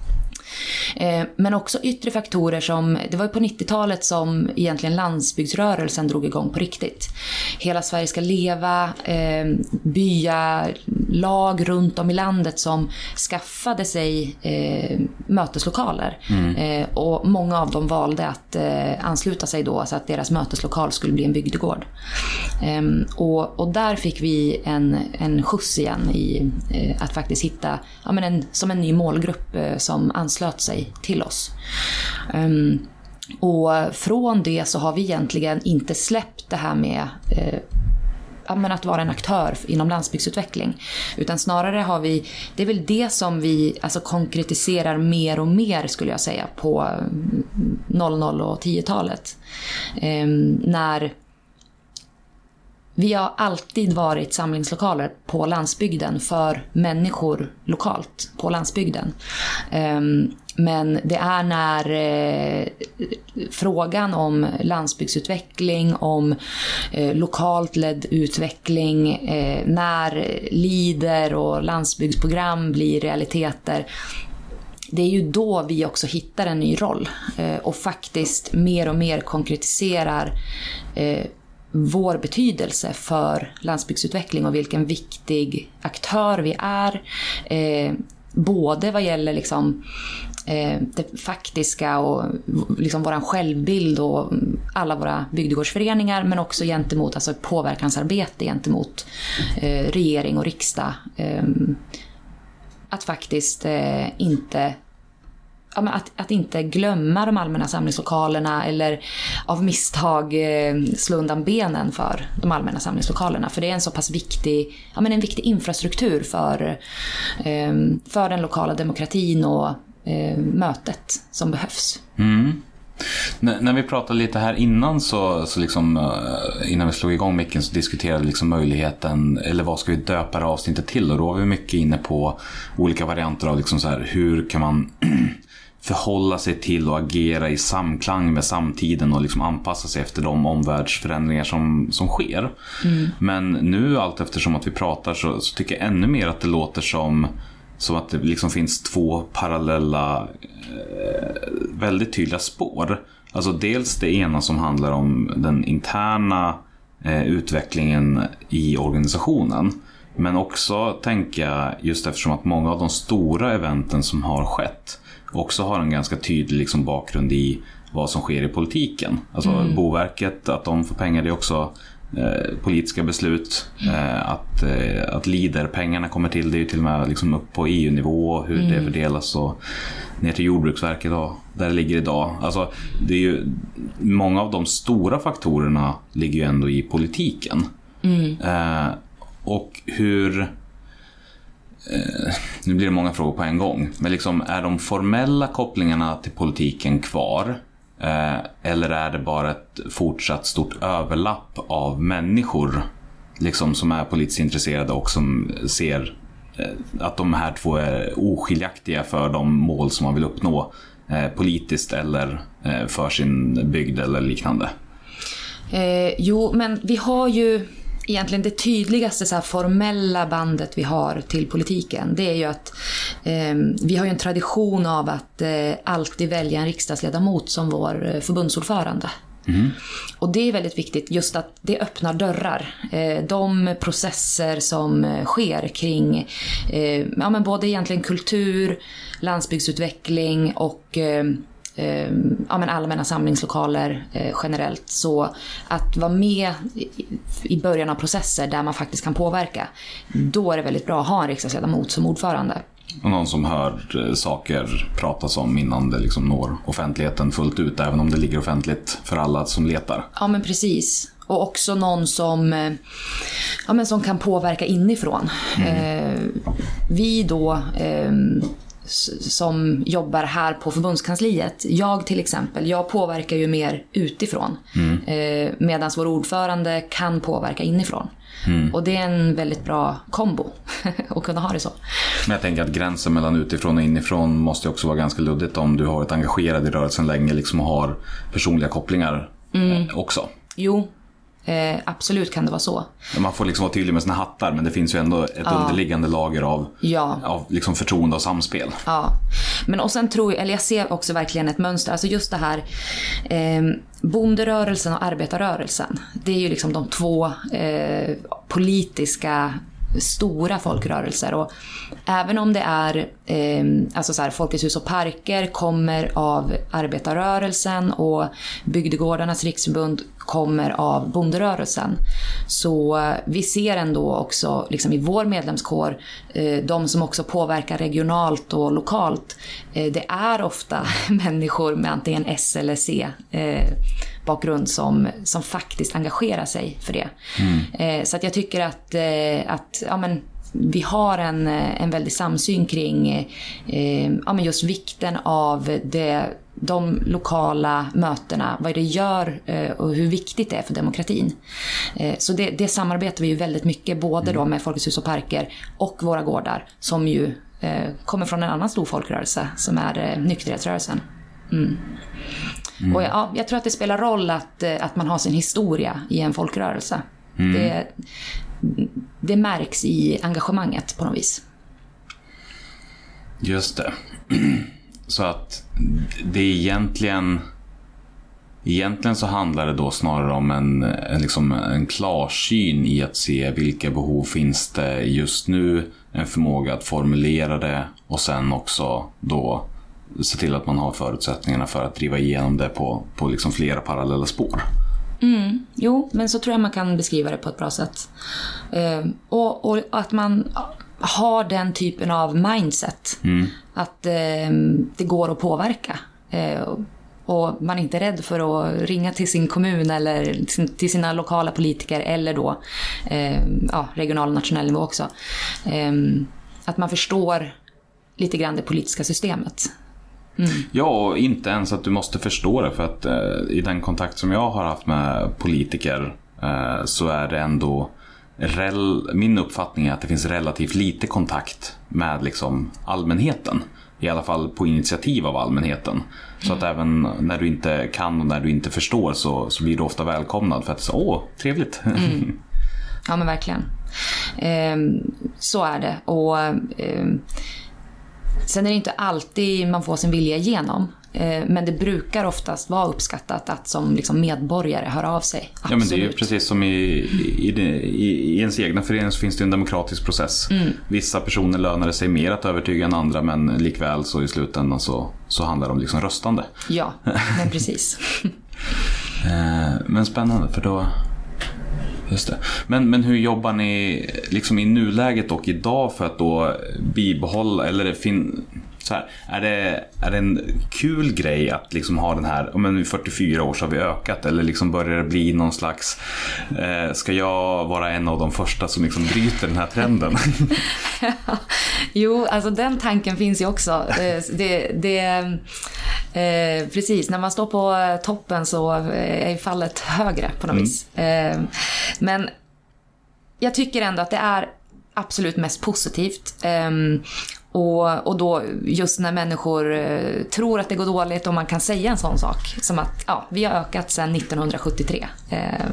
Men också yttre faktorer som, det var ju på nittiotalet som egentligen landsbygdsrörelsen drog igång på riktigt. Hela Sverige ska leva, byalag runt om i landet som skaffade sig möteslokaler. Mm. Och många av dem valde att ansluta sig då så att deras möteslokal skulle bli en bygdegård. Och, och där fick vi en, en skjuts igen i att faktiskt hitta ja, men en, som en ny målgrupp som anslöt sig till oss. Um, och från det så har vi egentligen inte släppt det här med eh, ja, men att vara en aktör inom landsbygdsutveckling, utan snarare har vi, det är väl det som vi alltså konkretiserar mer och mer skulle jag säga på noll noll och tio-talet. Um, när vi har alltid varit samlingslokaler på landsbygden för människor lokalt på landsbygden. Um, Men det är när eh, frågan om landsbygdsutveckling, om eh, lokalt ledd utveckling, eh, när lider och landsbygdsprogram blir realiteter, det är ju då vi också hittar en ny roll eh, och faktiskt mer och mer konkretiserar eh, vår betydelse för landsbygdsutveckling och vilken viktig aktör vi är. Eh, både vad gäller liksom, eh, det faktiska och liksom vår självbild och alla våra bygdegårdsföreningar, men också gentemot alltså påverkansarbete gentemot eh, regering och riksdag. Eh, att faktiskt eh, inte Ja, men att, att inte glömma de allmänna samlingslokalerna eller av misstag eh, slå undan benen för de allmänna samlingslokalerna. För det är en så pass viktig, ja, men en viktig infrastruktur för, eh, för den lokala demokratin och eh, mötet som behövs. Mm. N- när vi pratade lite här innan så, så liksom, innan vi slog igång micken så diskuterade vi liksom möjligheten, eller vad ska vi döpa det avsnittet till, och då var vi mycket inne på olika varianter av liksom så här, hur kan man förhålla sig till och agera i samklang med samtiden och liksom anpassa sig efter de omvärldsförändringar som, som sker. Mm. Men nu allt eftersom att vi pratar så, så tycker jag ännu mer att det låter som, som att det liksom finns två parallella eh, väldigt tydliga spår. Alltså dels det ena som handlar om den interna eh, utvecklingen i organisationen. Men också tänker jag, just eftersom att många av de stora eventen som har skett också har en ganska tydlig liksom bakgrund i vad som sker i politiken. Alltså mm. Boverket, att de får pengar, det är också eh, politiska beslut. Eh, att, eh, att liderpengarna kommer till, det är ju till och med liksom upp på E U-nivå, hur mm. det fördelas och ner till Jordbruksverket då, där det ligger idag. Alltså, det är ju, många av de stora faktorerna ligger ju ändå i politiken. Mm. Eh, och hur... Eh, nu blir det många frågor på en gång, men liksom, är de formella kopplingarna till politiken kvar, eh, eller är det bara ett fortsatt stort överlapp av människor liksom, som är politiskt intresserade och som ser eh, att de här två är oskiljaktiga för de mål som man vill uppnå eh, politiskt eller eh, för sin bygd eller liknande? Eh, jo, men vi har ju egentligen det tydligaste så här formella bandet vi har till politiken, det är ju att eh, vi har ju en tradition av att eh, alltid välja en riksdagsledamot som vår eh, förbundsordförande. Mm. Och det är väldigt viktigt, just att det öppnar dörrar. Eh, de processer som eh, sker kring eh, ja, men både egentligen kultur, landsbygdsutveckling och eh, ja, men allmänna samlingslokaler eh, generellt, så att vara med i, i början av processer där man faktiskt kan påverka, då är det väldigt bra att ha en riksdagsledamot som ordförande. Och någon som hör eh, saker pratas om innan det liksom når offentligheten fullt ut, även om det ligger offentligt för alla som letar. Ja, men precis. Och också någon som, eh, ja, men som kan påverka inifrån. Mm. Eh, vi då... Eh, som jobbar här på förbundskansliet. Jag till exempel, jag påverkar ju mer utifrån. Mm. Eh, medan vår ordförande kan påverka inifrån. Mm. Och det är en väldigt bra kombo att kunna ha det så. Men jag tänker att gränsen mellan utifrån och inifrån måste också vara ganska luddigt om du har varit engagerad i rörelsen länge liksom, och har personliga kopplingar mm. eh, också. Jo. Eh, absolut kan det vara så. Man får liksom vara tydlig med sina hattar, men det finns ju ändå ett ja. underliggande lager av, ja. av liksom förtroende och samspel. Ja, men och sen tror jag, eller jag ser också verkligen ett mönster, alltså just det här eh, bonderörelsen och arbetarrörelsen, det är ju liksom de två eh, politiska stora folkrörelser, och även om det är eh, alltså så här, Folkets hus och parker kommer av arbetarrörelsen och Bygdegårdarnas riksförbund kommer av bonderörelsen, så eh, vi ser ändå också liksom i vår medlemskår eh, de som också påverkar regionalt och lokalt, eh, det är ofta människor med antingen S eller C eh, bakgrund som, som faktiskt engagerar sig för det. Mm. Eh, så att jag tycker att, eh, att ja, men, vi har en, en väldigt samsyn kring eh, ja, men just vikten av det, de lokala mötena, vad det gör eh, och hur viktigt det är för demokratin. Eh, så det, det samarbetar vi ju väldigt mycket, både då med Folkets hus och parker och våra gårdar, som ju eh, kommer från en annan stor folkrörelse som är eh, nykterhetsrörelsen. Mm. Mm. Och ja, jag tror att det spelar roll att, att man har sin historia i en folkrörelse. Mm. Det, det märks i engagemanget på något vis. Just det. Så att det är egentligen egentligen så handlar det då snarare om en, en, liksom en klarsyn i att se vilka behov finns det just nu, en förmåga att formulera det och sen också då se till att man har förutsättningarna för att driva igenom det på, på liksom flera parallella spår. Mm, jo, men så tror jag man kan beskriva det på ett bra sätt. Eh, och, och att man har den typen av mindset. Mm. Att eh, det går att påverka. Eh, och man är inte rädd för att ringa till sin kommun eller till sina lokala politiker eller då eh, ja, regional och nationell nivå också. Eh, att man förstår lite grann det politiska systemet. Mm. Ja, och inte ens att du måste förstå det, för att eh, i den kontakt som jag har haft med politiker eh, så är det ändå rel- min uppfattning är att det finns relativt lite kontakt med liksom allmänheten, i alla fall på initiativ av allmänheten. Mm. Så att även när du inte kan och när du inte förstår så, så blir du ofta välkomnad för att så, åh, trevligt. Mm. Ja, men verkligen. Eh, så är det. Och eh, sen är det inte alltid man får sin vilja igenom. Eh, men det brukar oftast vara uppskattat att som liksom medborgare hör av sig. Absolut. Ja, men det är ju precis som i, i, i, i ens egna förening så finns det en demokratisk process. Mm. Vissa personer lönar det sig mer att övertyga än andra, men likväl så i slutändan så, så handlar det om liksom röstande. Ja, men precis. eh, men spännande, för då... Just det. Men, men hur jobbar ni liksom i nuläget och idag för att då bibehålla, eller det fin, så här, är det är det en kul grej att liksom ha den här, men i fyrtiofyra år så har vi ökat, eller liksom börjar det bli någon slags eh, ska jag vara en av de första som liksom bryter den här trenden? Jo, alltså den tanken finns ju också. Det, det eh, precis, när man står på toppen så är fallet högre på något mm. vis. Eh, men jag tycker ändå att det är absolut mest positivt. Eh, Och, och då just när människor eh, tror att det går dåligt och man kan säga en sån sak som att ja, vi har ökat sedan nittonhundrasjuttiotre. Eh,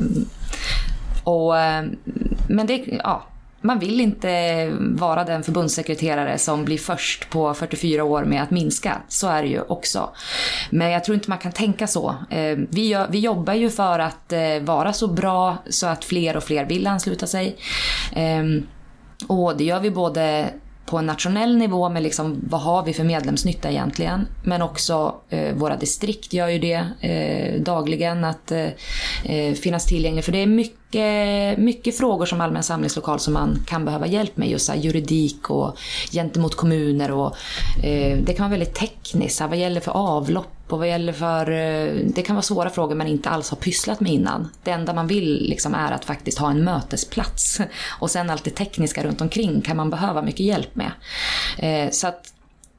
och, men det, ja, man vill inte vara den förbundssekreterare som blir först på fyrtiofyra år med att minska. Så är det ju också. Men jag tror inte man kan tänka så. Eh, vi, gör, vi jobbar ju för att eh, vara så bra så att fler och fler vill ansluta sig. Eh, och det gör vi både på en nationell nivå med liksom, vad har vi för medlemsnytta egentligen, men också eh, våra distrikt gör ju det eh, dagligen att eh, finnas tillgänglig, för det är mycket, mycket frågor som allmän samlingslokal som man kan behöva hjälp med, just så här, juridik och gentemot kommuner och eh, det kan vara väldigt tekniskt, här, vad gäller för avlopp och vad gäller för, det kan vara svåra frågor man inte alls har pysslat med innan. Det enda man vill liksom är att faktiskt ha en mötesplats. Och sen allt det tekniska runt omkring kan man behöva mycket hjälp med. Eh, så att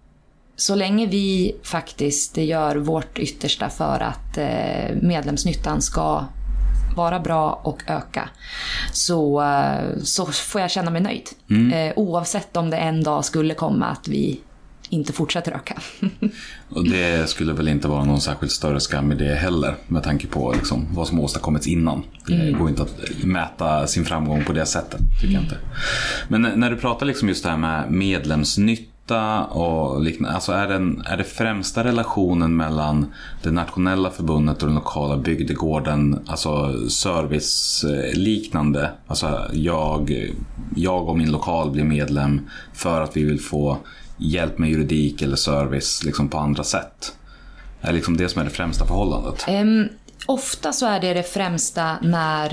så länge vi faktiskt gör vårt yttersta för att eh, medlemsnyttan ska vara bra och öka, så, så får jag känna mig nöjd. Mm. Eh, oavsett om det en dag skulle komma att vi inte fortsätter öka. Och det skulle väl inte vara någon särskilt större skam i det heller, med tanke på liksom vad som åstadkommits innan. Det mm. går inte att mäta sin framgång på det sättet, tycker jag inte. Men när du pratar liksom just det här med medlemsnytta och liknande, alltså är, den, är det främsta relationen mellan det nationella förbundet och den lokala bygdegården, alltså serviceliknande, alltså jag, jag och min lokal blir medlem för att vi vill få hjälp med juridik eller service liksom på andra sätt? Är liksom det som är det främsta förhållandet? Um, ofta så är det det främsta när,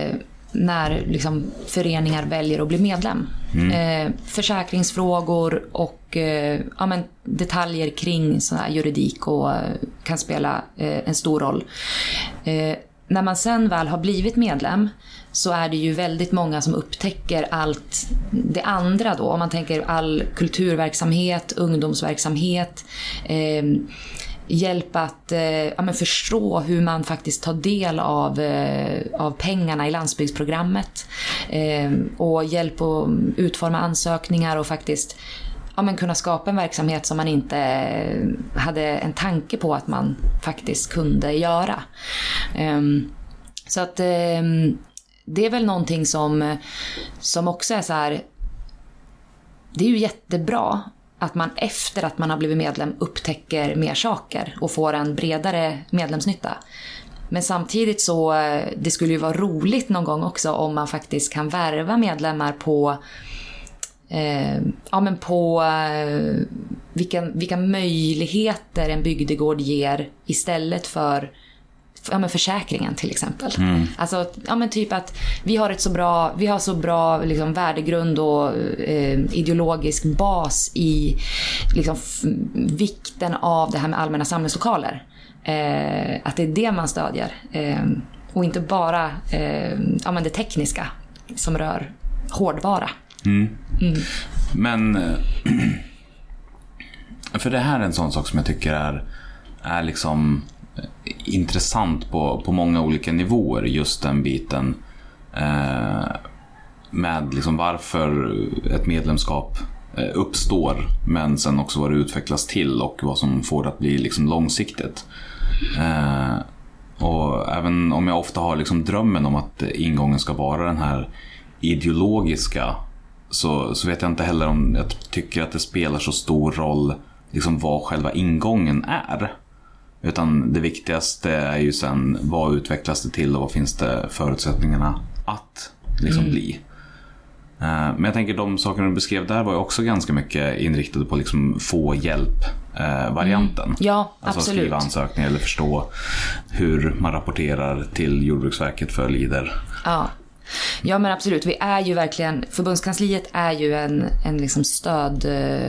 när liksom föreningar väljer att bli medlem. Mm. Uh, försäkringsfrågor och uh, ja, men detaljer kring sån här juridik och, uh, kan spela uh, en stor roll. Uh, när man sen väl har blivit medlem så är det ju väldigt många som upptäcker allt det andra då. Om man tänker all kulturverksamhet, ungdomsverksamhet, eh, hjälp att eh, ja, men förstå hur man faktiskt tar del av, eh, av pengarna i landsbygdsprogrammet. Eh, och hjälp att utforma ansökningar och faktiskt ja, men kunna skapa en verksamhet som man inte hade en tanke på att man faktiskt kunde göra. Um, så att um, det är väl någonting som, som också är så här, det är ju jättebra att man efter att man har blivit medlem upptäcker mer saker och får en bredare medlemsnytta. Men samtidigt så, det skulle ju vara roligt någon gång också om man faktiskt kan värva medlemmar på eh, ja, men på eh, vilka, vilka möjligheter en bygdegård ger istället för ja, men försäkringen till exempel. Mm. Alltså, ja, men typ att vi har ett så bra, vi har så bra liksom, värdegrund och eh, ideologisk bas i liksom, f- vikten av det här med allmänna samlingslokaler. Eh, att det är det man stödjer. Eh, och inte bara eh, ja, men det tekniska som rör hårdvara. Mm. Mm. Men för det här är en sån sak som jag tycker är, är liksom intressant på, på många olika nivåer, just den biten eh, med liksom varför ett medlemskap eh, uppstår, men sen också vad det utvecklas till och vad som får det att bli liksom långsiktigt. Eh, och även om jag ofta har liksom drömmen om att ingången ska vara den här ideologiska, så, så vet jag inte heller om jag tycker att det spelar så stor roll liksom vad själva ingången är. Utan det viktigaste är ju sen vad utvecklas det till och vad finns det förutsättningarna att liksom mm. bli. Men jag tänker de sakerna du beskrev där var ju också ganska mycket inriktade på liksom få hjälp-varianten. Mm. Ja, alltså absolut. Skriva ansökningar eller förstå hur man rapporterar till Jordbruksverket för lider. Ja. Ja, men absolut. Vi är ju verkligen, förbundskansliet är ju en, en liksom stöd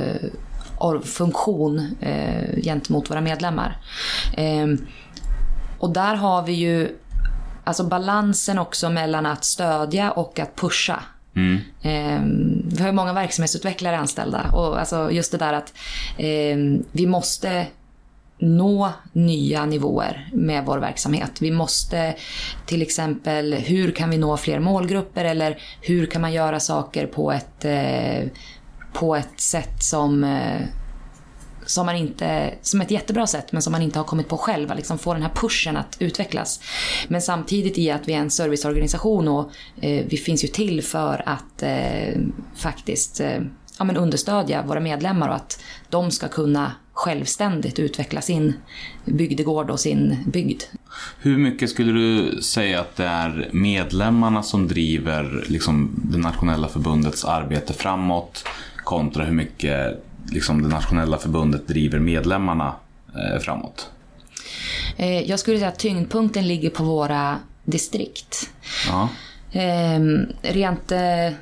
funktion eh, gentemot våra medlemmar. Eh, och där har vi ju alltså balansen också mellan att stödja och att pusha. Mm. Eh, vi har ju många verksamhetsutvecklare anställda och alltså just det där att eh, vi måste nå nya nivåer med vår verksamhet. Vi måste till exempel, hur kan vi nå fler målgrupper eller hur kan man göra saker på ett eh, på ett sätt som som man inte, som ett jättebra sätt men som man inte har kommit på själva, liksom få den här pushen att utvecklas. Men samtidigt i att vi är en serviceorganisation och eh, vi finns ju till för att eh, faktiskt eh, ja, men understödja våra medlemmar och att de ska kunna självständigt utveckla sin bygdegård och sin bygd. Hur mycket skulle du säga att det är medlemmarna som driver liksom det nationella förbundets arbete framåt kontra hur mycket liksom det nationella förbundet driver medlemmarna eh, framåt? Eh, jag skulle säga att tyngdpunkten ligger på våra distrikt. Ja. Eh, rent eh,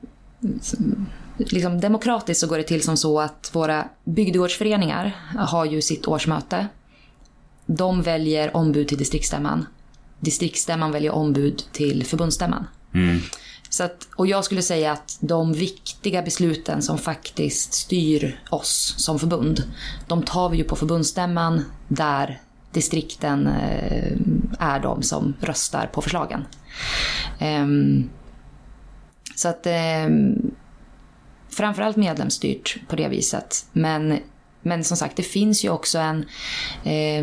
liksom demokratiskt så går det till som så att våra bygdegårdsföreningar har ju sitt årsmöte. De väljer ombud till distriktsstämman. Distriktsstämman väljer ombud till förbundsstämman. Mm. Så att, och jag skulle säga att de viktiga besluten som faktiskt styr oss som förbund, de tar vi ju på förbundsstämman där distrikten eh, är de som röstar på förslagen. Um, så att eh, framförallt medlemsstyrt på det viset. Men, men som sagt, det finns ju också en eh,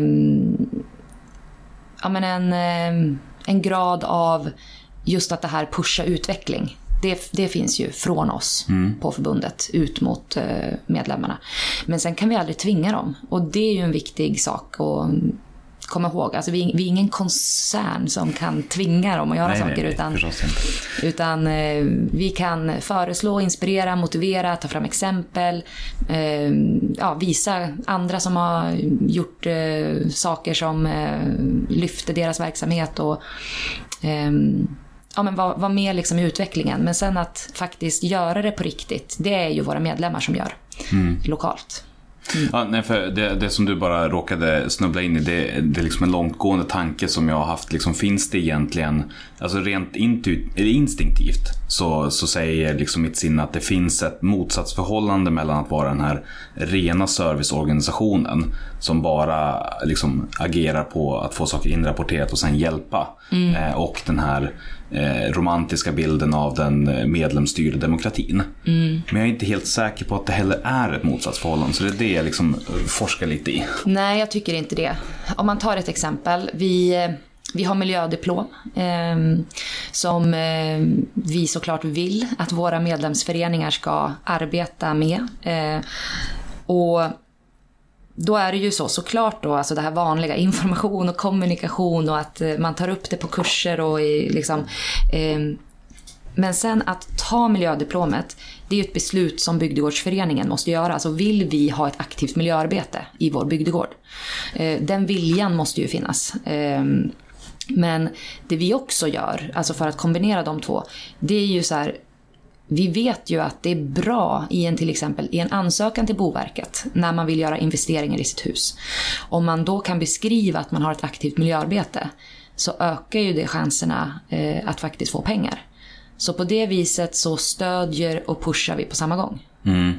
ja, men en, eh, en grad av just att det här pusha utveckling. Det, det finns ju från oss mm. på förbundet ut mot eh, medlemmarna. Men sen kan vi aldrig tvinga dem. Och det är ju en viktig sak att komma ihåg. Alltså vi, vi är ingen koncern som kan tvinga dem att göra nej, saker. Nej, nej, utan utan eh, vi kan föreslå, inspirera, motivera, ta fram exempel. Eh, ja, visa andra som har gjort eh, saker som eh, lyfter deras verksamhet. Och eh, ja, men var, var med liksom i utvecklingen. Men sen att faktiskt göra det på riktigt, det är ju våra medlemmar som gör mm. lokalt. Mm. Ja, nej, för det, det som du bara råkade snubbla in i, det, det är liksom en långtgående tanke som jag har haft. Liksom, finns det egentligen, alltså rent intu, eller instinktivt så, så säger liksom mitt sinne att det finns ett motsatsförhållande mellan att vara den här rena serviceorganisationen som bara liksom agerar på att få saker inrapporterat och sen hjälpa mm. eh, och den här eh, romantiska bilden av den medlemsstyrda demokratin. Mm. Men jag är inte helt säker på att det heller är ett motsatsförhållande. Så det är det jag liksom forskar lite i. Nej, jag tycker inte det. Om man tar ett exempel. Vi... Vi har miljödiplom eh, som eh, vi såklart vill att våra medlemsföreningar ska arbeta med. Eh, och då är det ju så såklart då, alltså det här vanliga information och kommunikation och att eh, man tar upp det på kurser och i, liksom... Eh, men sen att ta miljödiplomet, det är ju ett beslut som bygdegårdsföreningen måste göra. Alltså vill vi ha ett aktivt miljöarbete i vår bygdegård? Eh, den viljan måste ju finnas. Eh, Men det vi också gör, alltså för att kombinera de två, det är ju så här, vi vet ju att det är bra i en till exempel i en ansökan till Boverket när man vill göra investeringar i sitt hus. Om man då kan beskriva att man har ett aktivt miljöarbete så ökar ju det chanserna eh, att faktiskt få pengar. Så på det viset så stödjer och pushar vi på samma gång. Mm.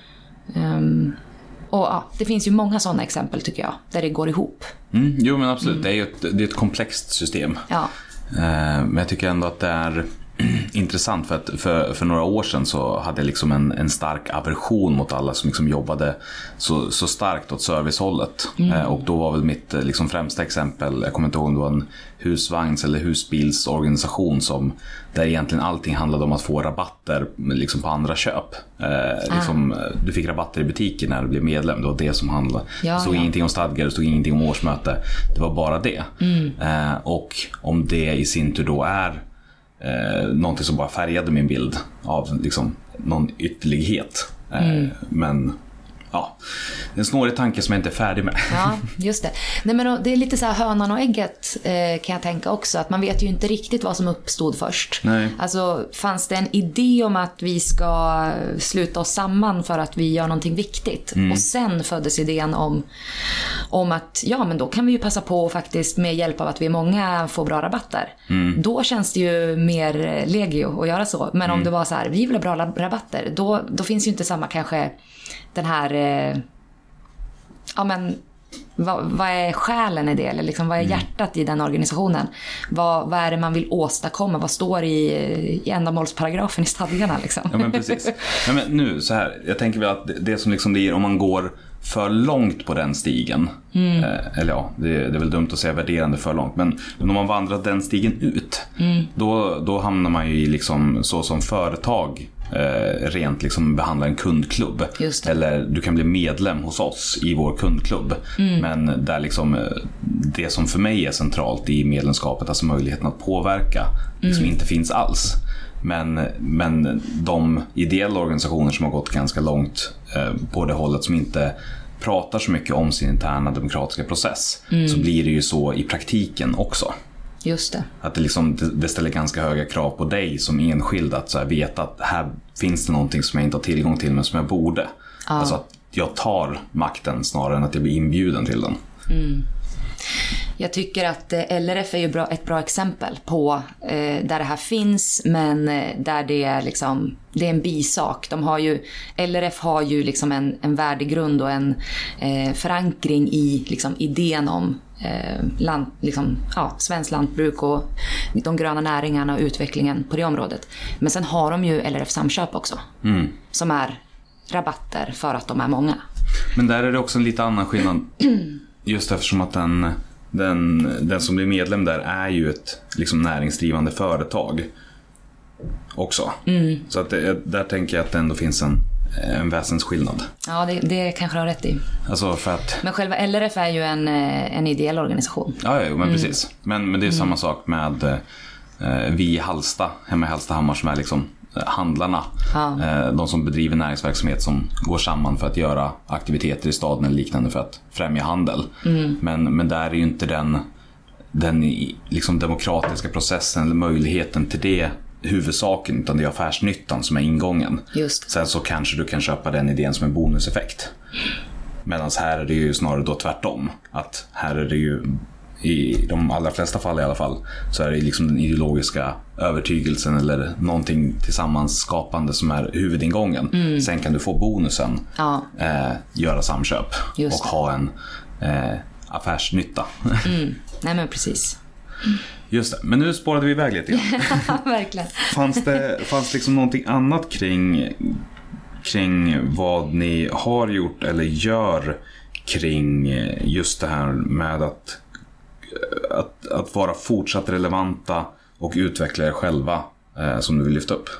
Um, Och ja, det finns ju många sådana exempel tycker jag, där det går ihop. Mm, jo men absolut, mm. det är ju ett, det är ett komplext system. Ja. Eh, men jag tycker ändå att det är intressant för att för, för några år sedan så hade jag liksom en, en stark aversion mot alla som liksom jobbade så, så starkt åt servicehållet. Mm. Eh, och då var väl mitt liksom främsta exempel, jag kommer inte ihåg om det var en husvagns- eller husbilsorganisation som där egentligen allting handlade om att få rabatter liksom på andra köp. Eh, ah. liksom, du fick rabatter i butiken när du blev medlem, det var det som handlade. Ja, det stod ja. ingenting om stadgar, det stod ingenting om årsmöte, det var bara det. Mm. Eh, och om det i sin tur då är Eh, någonting som bara färgade min bild av liksom, någon ytterlighet. Eh, mm. Men ja, en snårig tanke som jag inte är färdig med. Ja, just det. Nej, men det är lite så här hönan och ägget eh, kan jag tänka också. Att man vet ju inte riktigt vad som uppstod först. Nej. Alltså, fanns det en idé om att vi ska sluta oss samman för att vi gör någonting viktigt? Mm. Och sen föddes idén om, om att ja, men då kan vi ju passa på och faktiskt med hjälp av att vi är många får bra rabatter. Mm. Då känns det ju mer legio att göra så. Men mm. om det var så här, vi vill ha bra rabatter, då, då finns ju inte samma kanske den här eh, ja men vad, vad är själen i det eller liksom, vad är hjärtat i den organisationen, vad, vad är det man vill åstadkomma, vad står i, i ändamålsparagrafen i stadgarna liksom. Ja men precis. Ja, men nu så här, jag tänker väl att det, det som liksom blir om man går för långt på den stigen mm. eh, eller ja, det, det är väl dumt att säga värderande för långt, men om man vandrar den stigen ut mm. då, då hamnar man ju i liksom så som företag Eh, rent liksom behandla en kundklubb eller du kan bli medlem hos oss i vår kundklubb mm. men där liksom det som för mig är centralt i medlemskapet, alltså möjligheten att påverka liksom mm. inte finns alls, men, men de ideella organisationer som har gått ganska långt eh, på det hållet som inte pratar så mycket om sin interna demokratiska process mm. så blir det ju så i praktiken också. Just det. Att det, liksom, det, det ställer ganska höga krav på dig som enskild att så här, veta att här finns det någonting som jag inte har tillgång till men som jag borde. Ja. Alltså att jag tar makten snarare än att jag blir inbjuden till den. Mm. Jag tycker att L R F är ju bra, ett bra exempel på eh, där det här finns men där det är, liksom, det är en bisak. De har ju, L R F har ju liksom en, en värdegrund och en eh, förankring i liksom, idén om eh, land, liksom, ja, svensk lantbruk och de gröna näringarna och utvecklingen på det området. Men sen har de ju L R F Samköp också mm. som är rabatter för att de är många. Men där är det också en lite annan skillnad just eftersom att den, den, den som blir medlem där är ju ett liksom näringsdrivande företag också. Mm. Så att det, där tänker jag att det ändå finns en, en väsensskillnad. Ja, det, det kanske du har rätt i. Alltså för att... Men själva L R F är ju en, en ideell organisation. Ja, ja men mm. precis. Men, men det är mm. samma sak med eh, vi i Hallsta, hemma i Hallstahammar som är liksom handlarna, ja. eh, de som bedriver näringsverksamhet som går samman för att göra aktiviteter i staden eller liknande för att främja handel. Mm. Men, men där är ju inte den, den liksom demokratiska processen eller möjligheten till det huvudsaken, utan det är affärsnyttan som är ingången. Just. Sen så kanske du kan köpa den idén som en bonuseffekt. Medan här är det ju snarare då tvärtom. Att här är det ju i de allra flesta fall i alla fall så är det liksom den ideologiska övertygelsen eller någonting tillsammans skapande som är huvudingången. Mm. Sen kan du få bonusen ja. eh, göra samköp Just och ha en eh, affärsnytta. Mm. Nej men precis. Just det, men nu spårade vi iväg lite grann. Verkligen. Fanns det fanns liksom någonting annat kring, kring vad ni har gjort eller gör kring just det här med att, att, att vara fortsatt relevanta och utveckla er själva eh, som du vill lyfta upp?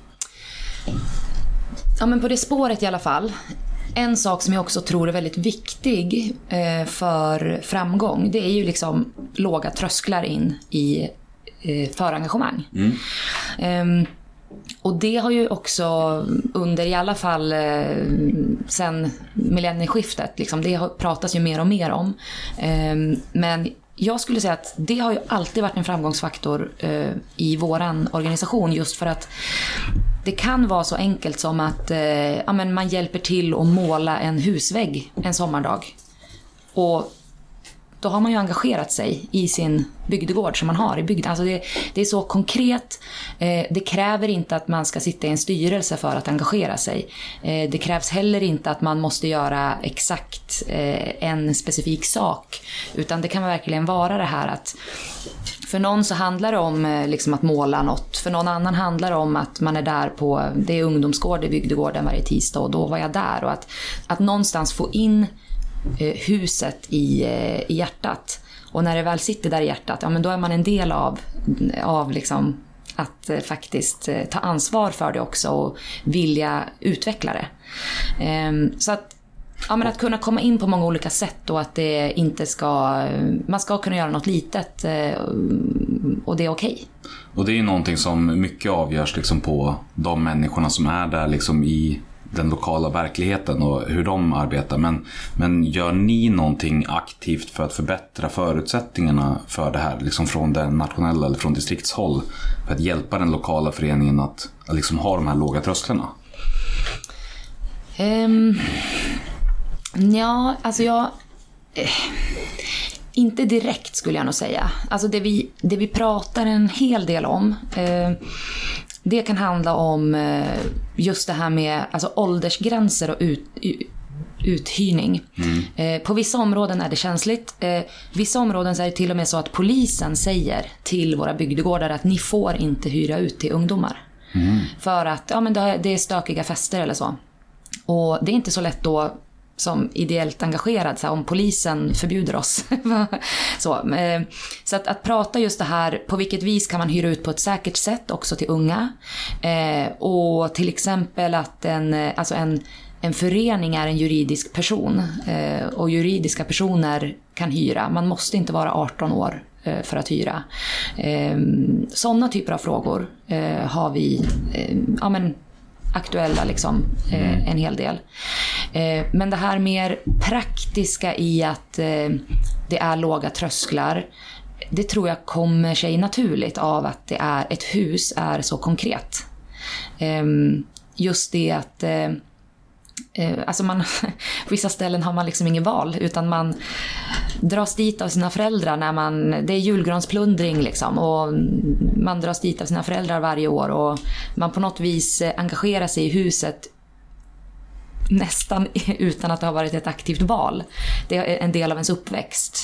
Ja, men på det spåret i alla fall. En sak som jag också tror är väldigt viktig eh, för framgång, det är ju liksom låga trösklar in i eh, förengagemang. Mm. Um, och det har ju också under i alla fall eh, sen millennieskiftet, liksom, det har pratas ju mer och mer om. Um, men jag skulle säga att det har ju alltid varit en framgångsfaktor eh, i våran organisation, just för att det kan vara så enkelt som att eh, ja, men man hjälper till att måla en husvägg en sommardag. Och då har man ju engagerat sig i sin bygdegård som man har i bygden. Alltså det, det är så konkret. Eh, det kräver inte att man ska sitta i en styrelse för att engagera sig. Eh, det krävs heller inte att man måste göra exakt eh, en specifik sak. Utan det kan verkligen vara det här att för någon så handlar det om eh, liksom att måla något. För någon annan handlar det om att man är där på, det är ungdomsgård i bygdegården varje tisdag och då var jag där. Och att, att någonstans få in huset i, i hjärtat. Och när det väl sitter där i hjärtat, ja, men då är man en del av, av liksom att eh, faktiskt eh, ta ansvar för det också och vilja utveckla det. Eh, så att, ja, men att kunna komma in på många olika sätt och att det inte ska, man ska kunna göra något litet eh, och det är okej. Okay. Och det är ju någonting som mycket avgörs liksom på de människorna som är där liksom i den lokala verkligheten och hur de arbetar. Men, men gör ni någonting aktivt för att förbättra förutsättningarna för det här liksom från den nationella eller från distriktshåll för att hjälpa den lokala föreningen att, att liksom ha de här låga trösklarna? Um, ja, alltså jag eh, inte direkt skulle jag nog säga. Alltså det vi, det vi pratar en hel del om eh, det kan handla om just det här med alltså åldersgränser och ut, uthyrning. Mm. På vissa områden är det känsligt. Vissa områden så är det till och med så att polisen säger till våra bygdegårdar att ni får inte hyra ut till ungdomar. Mm. För att ja, men det är stökiga fester eller så. Och det är inte så lätt då som ideellt engagerad så här, om polisen förbjuder oss. så så att, att prata just det här, på vilket vis kan man hyra ut på ett säkert sätt också till unga. Eh, och till exempel att en, alltså en, en förening är en juridisk person. Eh, och juridiska personer kan hyra. Man måste inte vara arton år eh, för att hyra. Eh, sådana typer av frågor eh, har vi eh, ja men aktuella liksom eh, en hel del. Eh, men det här mer praktiska i att eh, det är låga trösklar, det tror jag kommer sig naturligt av att det är ett hus är så konkret. Eh, just det att eh, eh, alltså man på vissa ställen har man liksom ingen val utan man dras dit av sina föräldrar när man, det är julgransplundring liksom, och man dras dit av sina föräldrar varje år och man på något vis engagerar sig i huset nästan utan att det har varit ett aktivt val. Det är en del av ens uppväxt.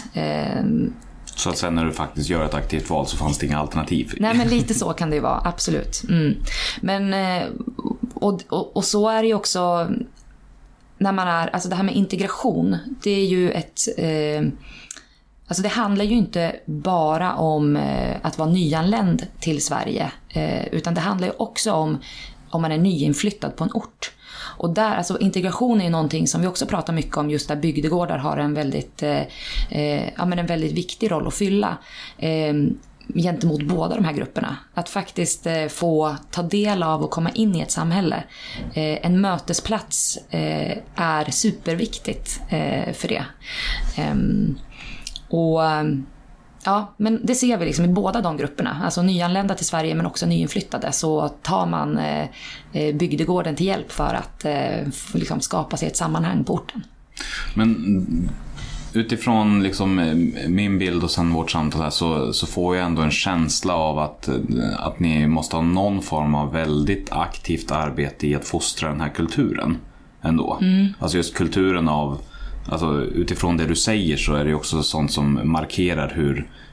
Så att sen när du faktiskt gör ett aktivt val så fanns det inga alternativ? Nej, men lite så kan det ju vara, absolut. Mm. Men och, och, och så är det ju också när man är, alltså det här med integration, det är ju ett eh, alltså det handlar ju inte bara om eh, att vara nyanländ till Sverige eh, utan det handlar ju också om om man är nyinflyttad på en ort. Och där, alltså integration är ju någonting som vi också pratar mycket om, just där bygdegårdar har en väldigt eh, eh, ja, men en väldigt viktig roll att fylla eh, gentemot båda de här grupperna. Att faktiskt eh, få ta del av och komma in i ett samhälle. Eh, en mötesplats eh, är superviktigt eh, för det. Eh, och ja, men det ser vi liksom i båda de grupperna. Alltså nyanlända till Sverige men också nyinflyttade, så tar man eh, bygdegården till hjälp för att eh, liksom skapa sig ett sammanhang på orten. Men utifrån liksom min bild och sen vårt samtal här så, så får jag ändå en känsla av att, att ni måste ha någon form av väldigt aktivt arbete i att fostra den här kulturen ändå. Mm. Alltså just kulturen av, alltså utifrån det du säger så är det också sånt som markerar hur,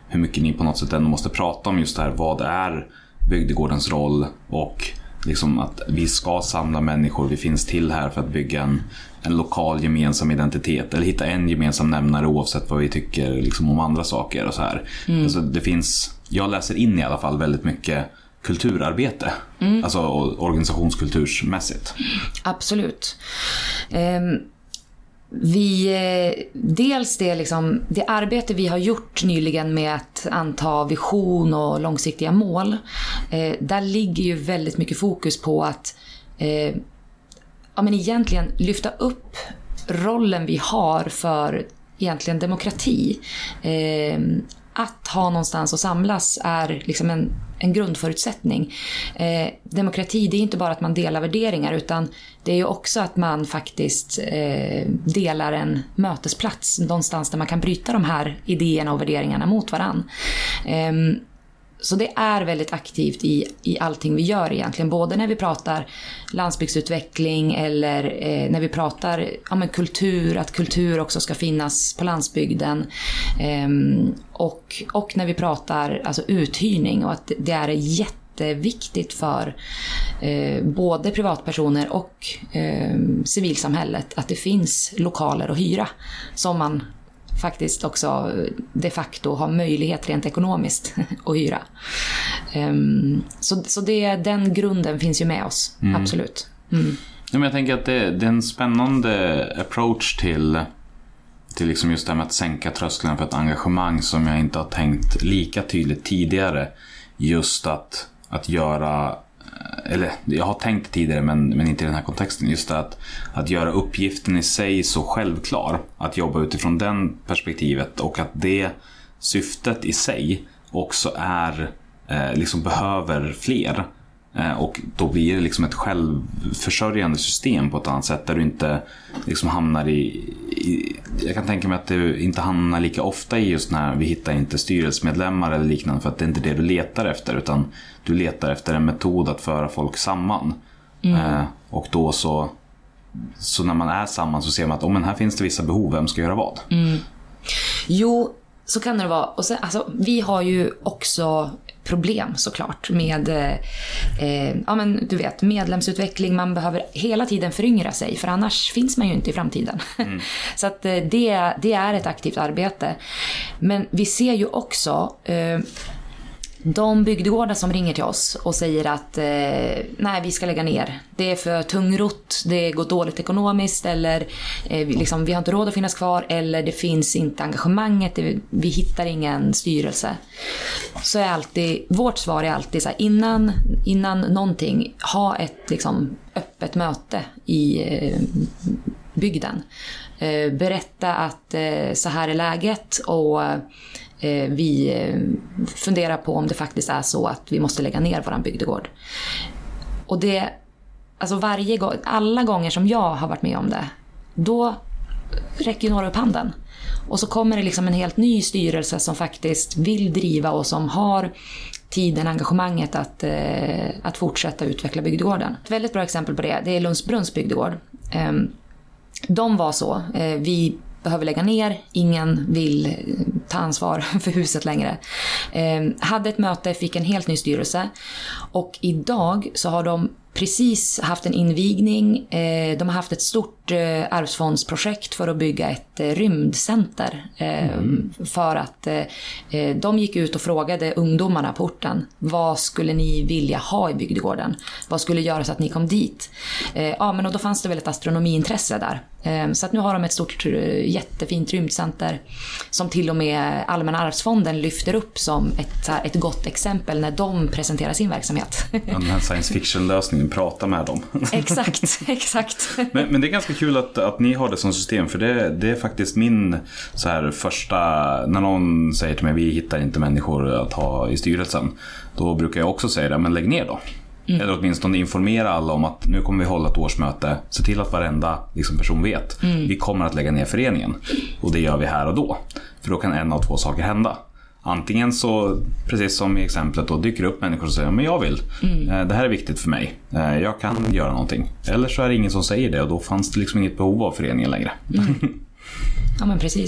hur mycket ni på något sätt ändå måste prata om just det här. Vad är bygdegårdens roll och liksom att vi ska samla människor, vi finns till här för att bygga en, en lokal gemensam identitet eller hitta en gemensam nämnare oavsett vad vi tycker liksom om andra saker och så här. Mm. Alltså det finns, jag läser in i alla fall väldigt mycket kulturarbete, mm. alltså organisationskultursmässigt. Absolut. Um... Vi, dels det, liksom, det arbete vi har gjort nyligen med att anta vision och långsiktiga mål, eh, där ligger ju väldigt mycket fokus på att eh, ja, men egentligen lyfta upp rollen vi har för egentligen demokrati. Eh, att ha någonstans att samlas är liksom en, en grundförutsättning. Eh, demokrati, det är inte bara att man delar värderingar, utan det är ju också att man faktiskt eh, delar en mötesplats någonstans där man kan bryta de här idéerna och värderingarna mot varann. Eh, så det är väldigt aktivt i, i allting vi gör egentligen, både när vi pratar landsbygdsutveckling eller eh, när vi pratar ja, men kultur, att kultur också ska finnas på landsbygden, eh, och, och när vi pratar alltså uthyrning, och att det är jätteviktigt för eh, både privatpersoner och eh, civilsamhället att det finns lokaler att hyra som man faktiskt också de facto har möjlighet rent ekonomiskt att hyra. Um, så så det, den grunden finns ju med oss, mm. absolut. Mm. Ja, men jag tänker att det, det är en spännande approach till, till liksom just det här med att sänka tröskeln för ett engagemang som jag inte har tänkt lika tydligt tidigare. Just att, att göra, eller jag har tänkt tidigare men, men inte i den här kontexten, just att, att göra uppgiften i sig så självklar, att jobba utifrån den perspektivet, och att det syftet i sig också är eh, liksom behöver fler, eh, och då blir det liksom ett självförsörjande system på ett annat sätt där du inte liksom hamnar i, i jag kan tänka mig att du inte hamnar lika ofta i just när vi hittar inte styrelsemedlemmar eller liknande, för att det är inte det du letar efter, utan du letar efter en metod att föra folk samman. Mm. Eh, och då så så när man är samman så ser man att oh, men här finns det vissa behov, vem ska göra vad? Mm. Jo, så kan det vara. Och sen, alltså, vi har ju också problem såklart med eh, ja, men du vet, medlemsutveckling. Man behöver hela tiden föryngra sig, för annars finns man ju inte i framtiden. Mm. Så att det, det är ett aktivt arbete. Men vi ser ju också eh, de bygdegårdar som ringer till oss och säger att eh, nej, vi ska lägga ner. Det är för tungrott, det går dåligt ekonomiskt, eller eh, vi, liksom, vi har inte råd att finnas kvar, eller det finns inte engagemanget, det, vi hittar ingen styrelse. Så är alltid, vårt svar är alltid så här, innan, innan någonting, ha ett liksom, öppet möte i eh, bygden. Eh, berätta att eh, så här är läget, och vi funderar på om det faktiskt är så att vi måste lägga ner våran bygdegård. Och det, alltså varje gång, alla gånger som jag har varit med om det, då räcker ju några upp handen. Och så kommer det liksom en helt ny styrelse som faktiskt vill driva och som har tiden, engagemanget att, att fortsätta utveckla bygdegården. Ett väldigt bra exempel på det, det är Lundsbrunns bygdegård. De var så, vi behöver lägga ner, ingen vill ta ansvar för huset längre. Eh, hade ett möte, fick en helt ny styrelse, och idag så har de precis haft en invigning. Eh, de har haft ett stort eh, arvsfondsprojekt för att bygga ett eh, rymdcenter. Eh, mm. För att eh, de gick ut och frågade ungdomarna på orten, vad skulle ni vilja ha i bygdegården? Vad skulle göra så att ni kom dit? Eh, ja, men och då fanns det väl ett astronomiintresse där. Eh, så att nu har de ett stort, jättefint rymdcenter som till och med Allmänna arvsfonden lyfter upp som ett, här, ett gott exempel när de presenterar sin verksamhet. Den här science fiction-lösningen, prata med dem. Exakt, exakt. Men, men det är ganska kul att, att ni har det som system, för det, det är faktiskt min så här första, när någon säger till mig vi hittar inte människor att ha i styrelsen, då brukar jag också säga det, men lägg ner då. Mm. Eller åtminstone informera alla om att nu kommer vi hålla ett årsmöte, se till att varenda liksom, person vet, mm. vi kommer att lägga ner föreningen, och det gör vi här och då, för då kan en av två saker hända. Antingen så, precis som i exemplet, då dyker upp människor och säger men jag vill, mm. det här är viktigt för mig, jag kan göra någonting. Eller så är det ingen som säger det, och då fanns det liksom inget behov av föreningen längre. Mm. Ja, men precis.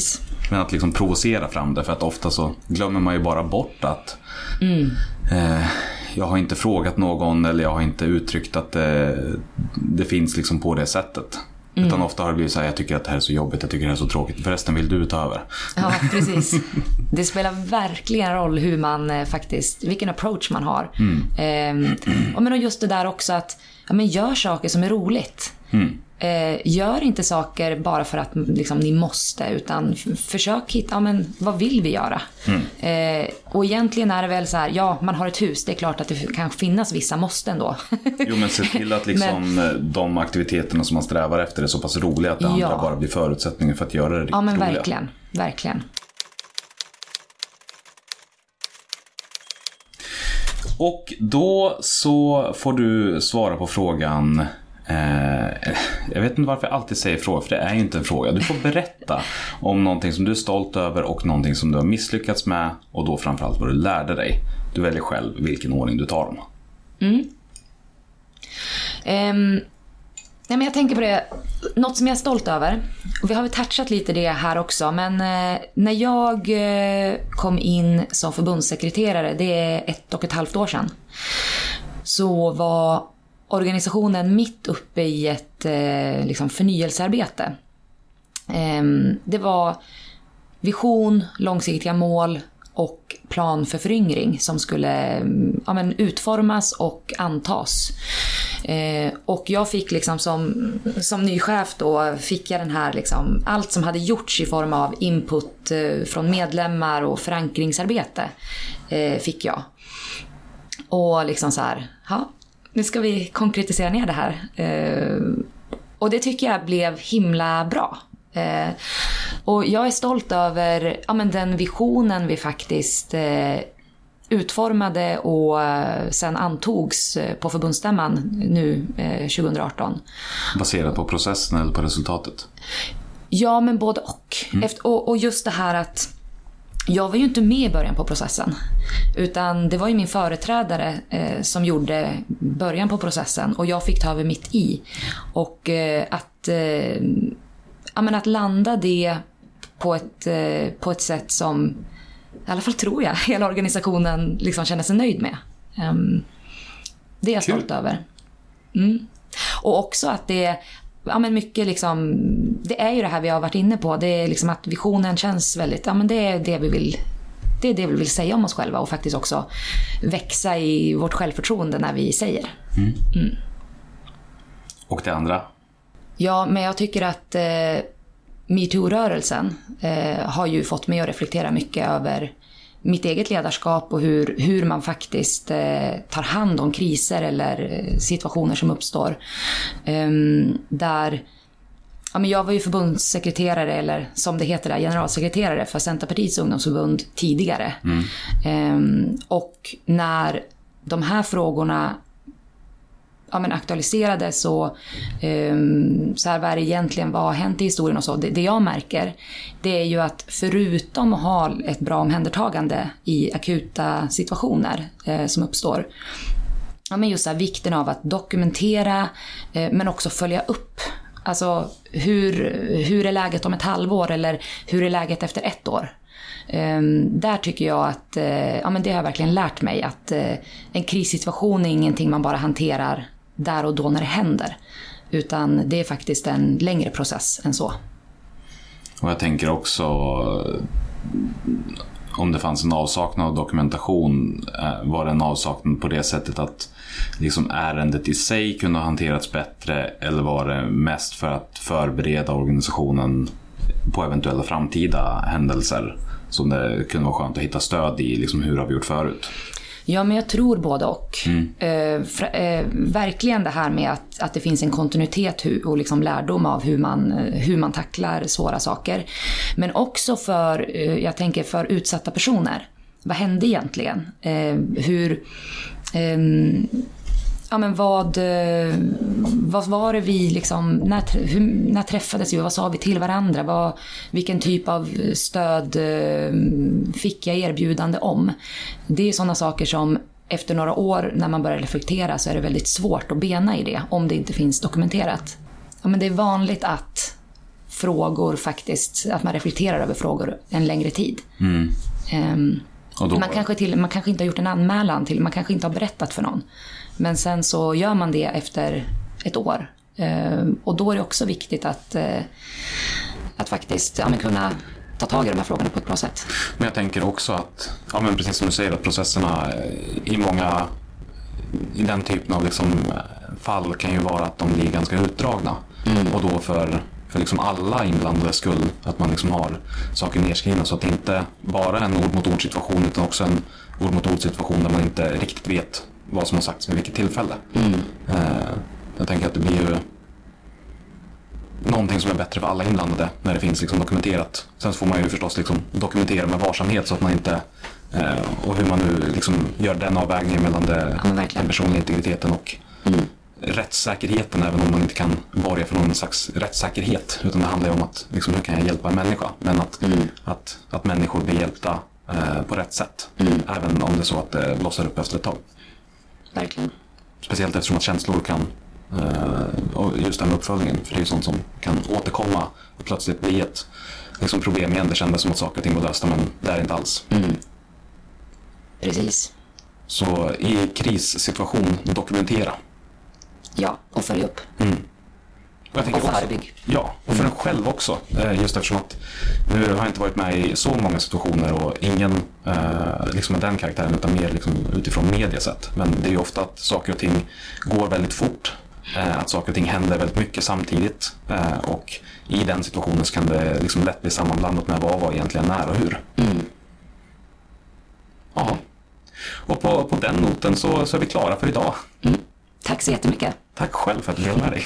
Men att liksom provocera fram det, för att ofta så glömmer man ju bara bort att mm. eh, jag har inte frågat någon eller jag har inte uttryckt att det, det finns liksom på det sättet. Mm. Utan ofta har det blivit så här, jag tycker att det här är så jobbigt, jag tycker det här är så tråkigt. Förresten vill du ta över. Ja, precis. Det spelar verkligen roll hur man eh, faktiskt, vilken approach man har. Mm. Eh, och men just det där också att ja, men gör saker som är roligt. Mm. Eh, gör inte saker bara för att liksom, ni måste, utan f- försök hitta, ja, men vad vill vi göra? Mm. Eh, och egentligen är det väl så här, ja, man har ett hus, det är klart att det kan finnas vissa måste ändå. Jo, men se till att liksom men, de aktiviteterna som man strävar efter är så pass roliga att det andra ja. bara blir förutsättningar för att göra det riktigt ja, men roliga. Verkligen, verkligen. Och då så får du svara på frågan. Eh, jag vet inte varför jag alltid säger fråga, för det är ju inte en fråga. Du får berätta om någonting som du är stolt över och någonting som du har misslyckats med, och då framförallt vad du lärde dig. Du väljer själv vilken ordning du tar dem. Mm. Um, nej men jag tänker på det, något som jag är stolt över, och vi har väl touchat lite det här också, men eh, när jag eh, kom in som förbundssekreterare, det är ett och ett halvt år sedan, så var organisationen mitt uppe i ett eh, liksom förnyelsearbete. Eh, det var vision, långsiktiga mål och plan för föryngring som skulle ja, men, utformas och antas. Eh, och jag fick liksom som, som ny chef då fick jag den här liksom, allt som hade gjorts i form av input eh, från medlemmar och förankringsarbete eh, fick jag. Och liksom så här, ja, nu ska vi konkretisera ner det här. Eh, och det tycker jag blev himla bra. Eh, och jag är stolt över ja, men den visionen vi faktiskt eh, utformade och eh, sen antogs på förbundsstämman nu eh, tjugo arton. Baserat på processen eller på resultatet? Ja, men både och. Mm. Efter, och, och just det här att jag var ju inte med i början på processen, utan det var ju min företrädare eh, som gjorde början på processen och jag fick ta över mitt i. Och eh, att, eh, ja, men att landa det på ett, eh, på ett sätt som i alla fall tror jag hela organisationen liksom känner sig nöjd med. Um, det är jag stolt över. Mm. Och också att det ja, men mycket liksom, det är ju det här vi har varit inne på. Det är liksom att visionen känns väldigt, ja men det är det vi vill, det är det vi vill säga om oss själva och faktiskt också växa i vårt självförtroende när vi säger. Mm. Mm. Och det andra? Ja, men jag tycker att eh, MeToo-rörelsen eh, har ju fått mig att reflektera mycket över mitt eget ledarskap och hur, hur man faktiskt eh, tar hand om kriser eller situationer som uppstår. Um, där, ja, men jag var ju förbundssekreterare, eller som det heter där, generalsekreterare för Centerpartiets ungdomsförbund tidigare. Mm. Um, och när de här frågorna ja, men aktualiserades så, um, så här, vad är det egentligen, vad har hänt i historien och så. Det, det jag märker, det är ju att förutom att ha ett bra omhändertagande i akuta situationer eh, som uppstår, ja, men just så här, vikten av att dokumentera eh, men också följa upp. Alltså hur, hur är läget om ett halvår eller hur är läget efter ett år? Um, där tycker jag att uh, ja, men det har jag verkligen lärt mig att uh, en krissituation är ingenting man bara hanterar där och då när det händer, utan det är faktiskt en längre process än så. Och jag tänker också, om det fanns en avsaknad av dokumentation, var det en avsaknad på det sättet att liksom ärendet i sig kunde ha hanterats bättre, eller var det mest för att förbereda organisationen på eventuella framtida händelser som det kunde vara skönt att hitta stöd i, liksom hur har vi gjort förut? Ja, men jag tror både och. Mm. Eh, för, eh, verkligen det här med att, att det finns en kontinuitet hu- och liksom lärdom av hur man, hur man tacklar svåra saker. Men också för, eh, jag tänker för utsatta personer. Vad hände egentligen? Eh, hur... Eh, Ja, men vad, vad var det vi liksom, när, hur, när träffades vi, vad sa vi till varandra, vad, vilken typ av stöd fick jag erbjudande om? Det är sådana saker som efter några år när man börjar reflektera så är det väldigt svårt att bena i det om det inte finns dokumenterat. Ja, men det är vanligt att frågor faktiskt, att man reflekterar över frågor en längre tid. Mm. Um, Och då... man, kanske till, man kanske inte har gjort en anmälan till, man kanske inte har berättat för någon. Men sen så gör man det efter ett år. Um, och då är det också viktigt att, uh, att faktiskt ja, men kunna ta tag i de här frågorna på ett bra sätt. Men jag tänker också att, ja men precis som du säger, att processerna i många, i den typen av liksom fall kan ju vara att de blir ganska utdragna. Mm. Och då för, för liksom alla inblandade skull, att man liksom har saker nedskrivna så att det inte bara är en ord mot ord situation utan också en ord mot ord situation där man inte riktigt vet vad som har sagts vid vilket tillfälle. Mm. Eh, jag tänker att det blir ju någonting som är bättre för alla inblandade när det finns liksom dokumenterat. Sen får man ju förstås liksom dokumentera med varsamhet så att man inte eh, och hur man nu liksom gör den avvägningen mellan det, ja, den personliga integriteten och mm. rättssäkerheten, även om man inte kan borga för någon slags rättssäkerhet, utan det handlar ju om att liksom, hur kan jag hjälpa en människa, men att, mm. att, att människor blir hjälpta eh, på rätt sätt, mm. även om det är så att det blossar upp efter ett tag. Verkligen. Speciellt eftersom att känslor kan och just den uppföljningen, för det är ju sånt som kan återkomma och plötsligt bli ett liksom, problem igen. Det kändes som att saker och ting var lösta, men det är inte alls. Mm. Precis. Så i krissituation, dokumentera. Ja, och följa upp. Mm. Och, jag och förebygg. Ja, och för en själv också. Just eftersom att nu har jag inte varit med i så många situationer och ingen eh, liksom med den karaktären, utan mer liksom utifrån mediasätt. Men det är ju ofta att saker och ting går väldigt fort. Eh, att saker och ting händer väldigt mycket samtidigt. Eh, och i den situationen så kan det liksom lätt bli sammanblandat med vad var egentligen när och hur. Mm. Ja. Och på, på den noten så, så är vi klara för idag. Mm. Tack så jättemycket. Tack själv för att du blev med dig.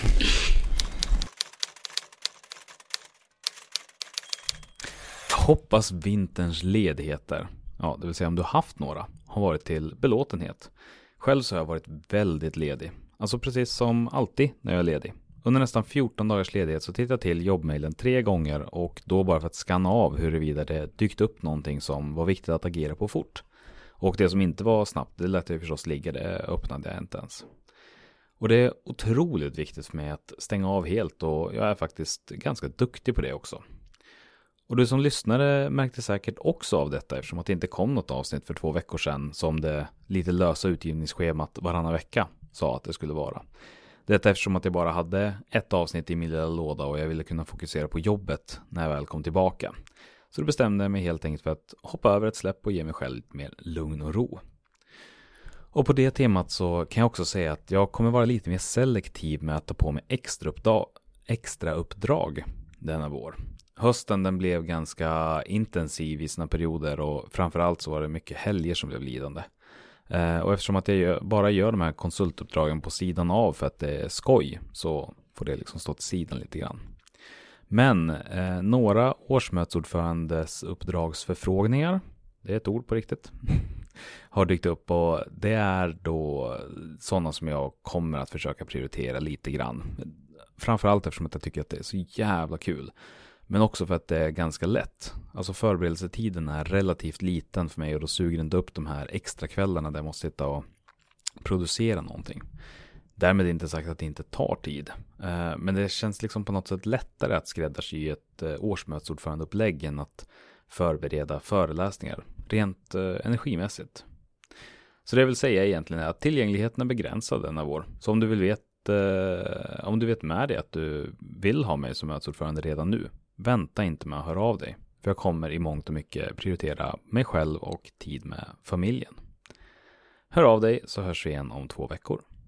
Hoppas vinterns ledigheter, ja, det vill säga om du haft några, har varit till belåtenhet. Själv så har jag varit väldigt ledig. Alltså precis som alltid när jag är ledig. Under nästan fjorton dagars ledighet så tittade jag till jobbmailen tre gånger, och då bara för att skanna av huruvida det dykt upp någonting som var viktigt att agera på fort. Och det som inte var snabbt, det lät jag förstås ligga, det öppnade jag inte ens. Och det är otroligt viktigt för mig att stänga av helt, och jag är faktiskt ganska duktig på det också. Och du som lyssnare märkte säkert också av detta, eftersom att det inte kom något avsnitt för två veckor sedan som det lite lösa utgivningsschemat varannan vecka sa att det skulle vara. Detta eftersom att jag bara hade ett avsnitt i min lilla låda och jag ville kunna fokusera på jobbet när jag väl kom tillbaka. Så då bestämde jag mig helt enkelt för att hoppa över ett släpp och ge mig själv lite mer lugn och ro. Och på det temat så kan jag också säga att jag kommer vara lite mer selektiv med att ta på mig extra, uppdag- extra uppdrag denna vår. Hösten den blev ganska intensiv i sina perioder, och framförallt så var det mycket helger som blev lidande. Eh, och eftersom att jag bara gör de här konsultuppdragen på sidan av för att det är skoj, så får det liksom stå till sidan lite grann. Men eh, några årsmötesordförandes uppdragsförfrågningar, det är ett ord på riktigt, har dykt upp, och det är då sådana som jag kommer att försöka prioritera lite grann. Framförallt eftersom att jag tycker att det är så jävla kul. Men också för att det är ganska lätt. Alltså förberedelsetiden är relativt liten för mig, och då suger det inte upp de här extra kvällarna där jag måste sitta och producera någonting. Därmed inte sagt att det inte tar tid. Men det känns liksom på något sätt lättare att skräddarsy ett årsmötesordförandeupplägg än att förbereda föreläsningar, rent energimässigt. Så det vill säga egentligen är att tillgängligheten är begränsad denna vår. Så om du vill veta, om du vet med dig att du vill ha mig som mötesordförande redan nu, vänta inte med att höra av dig. För jag kommer i mångt och mycket prioritera mig själv och tid med familjen. Hör av dig så hörs vi igen om två veckor.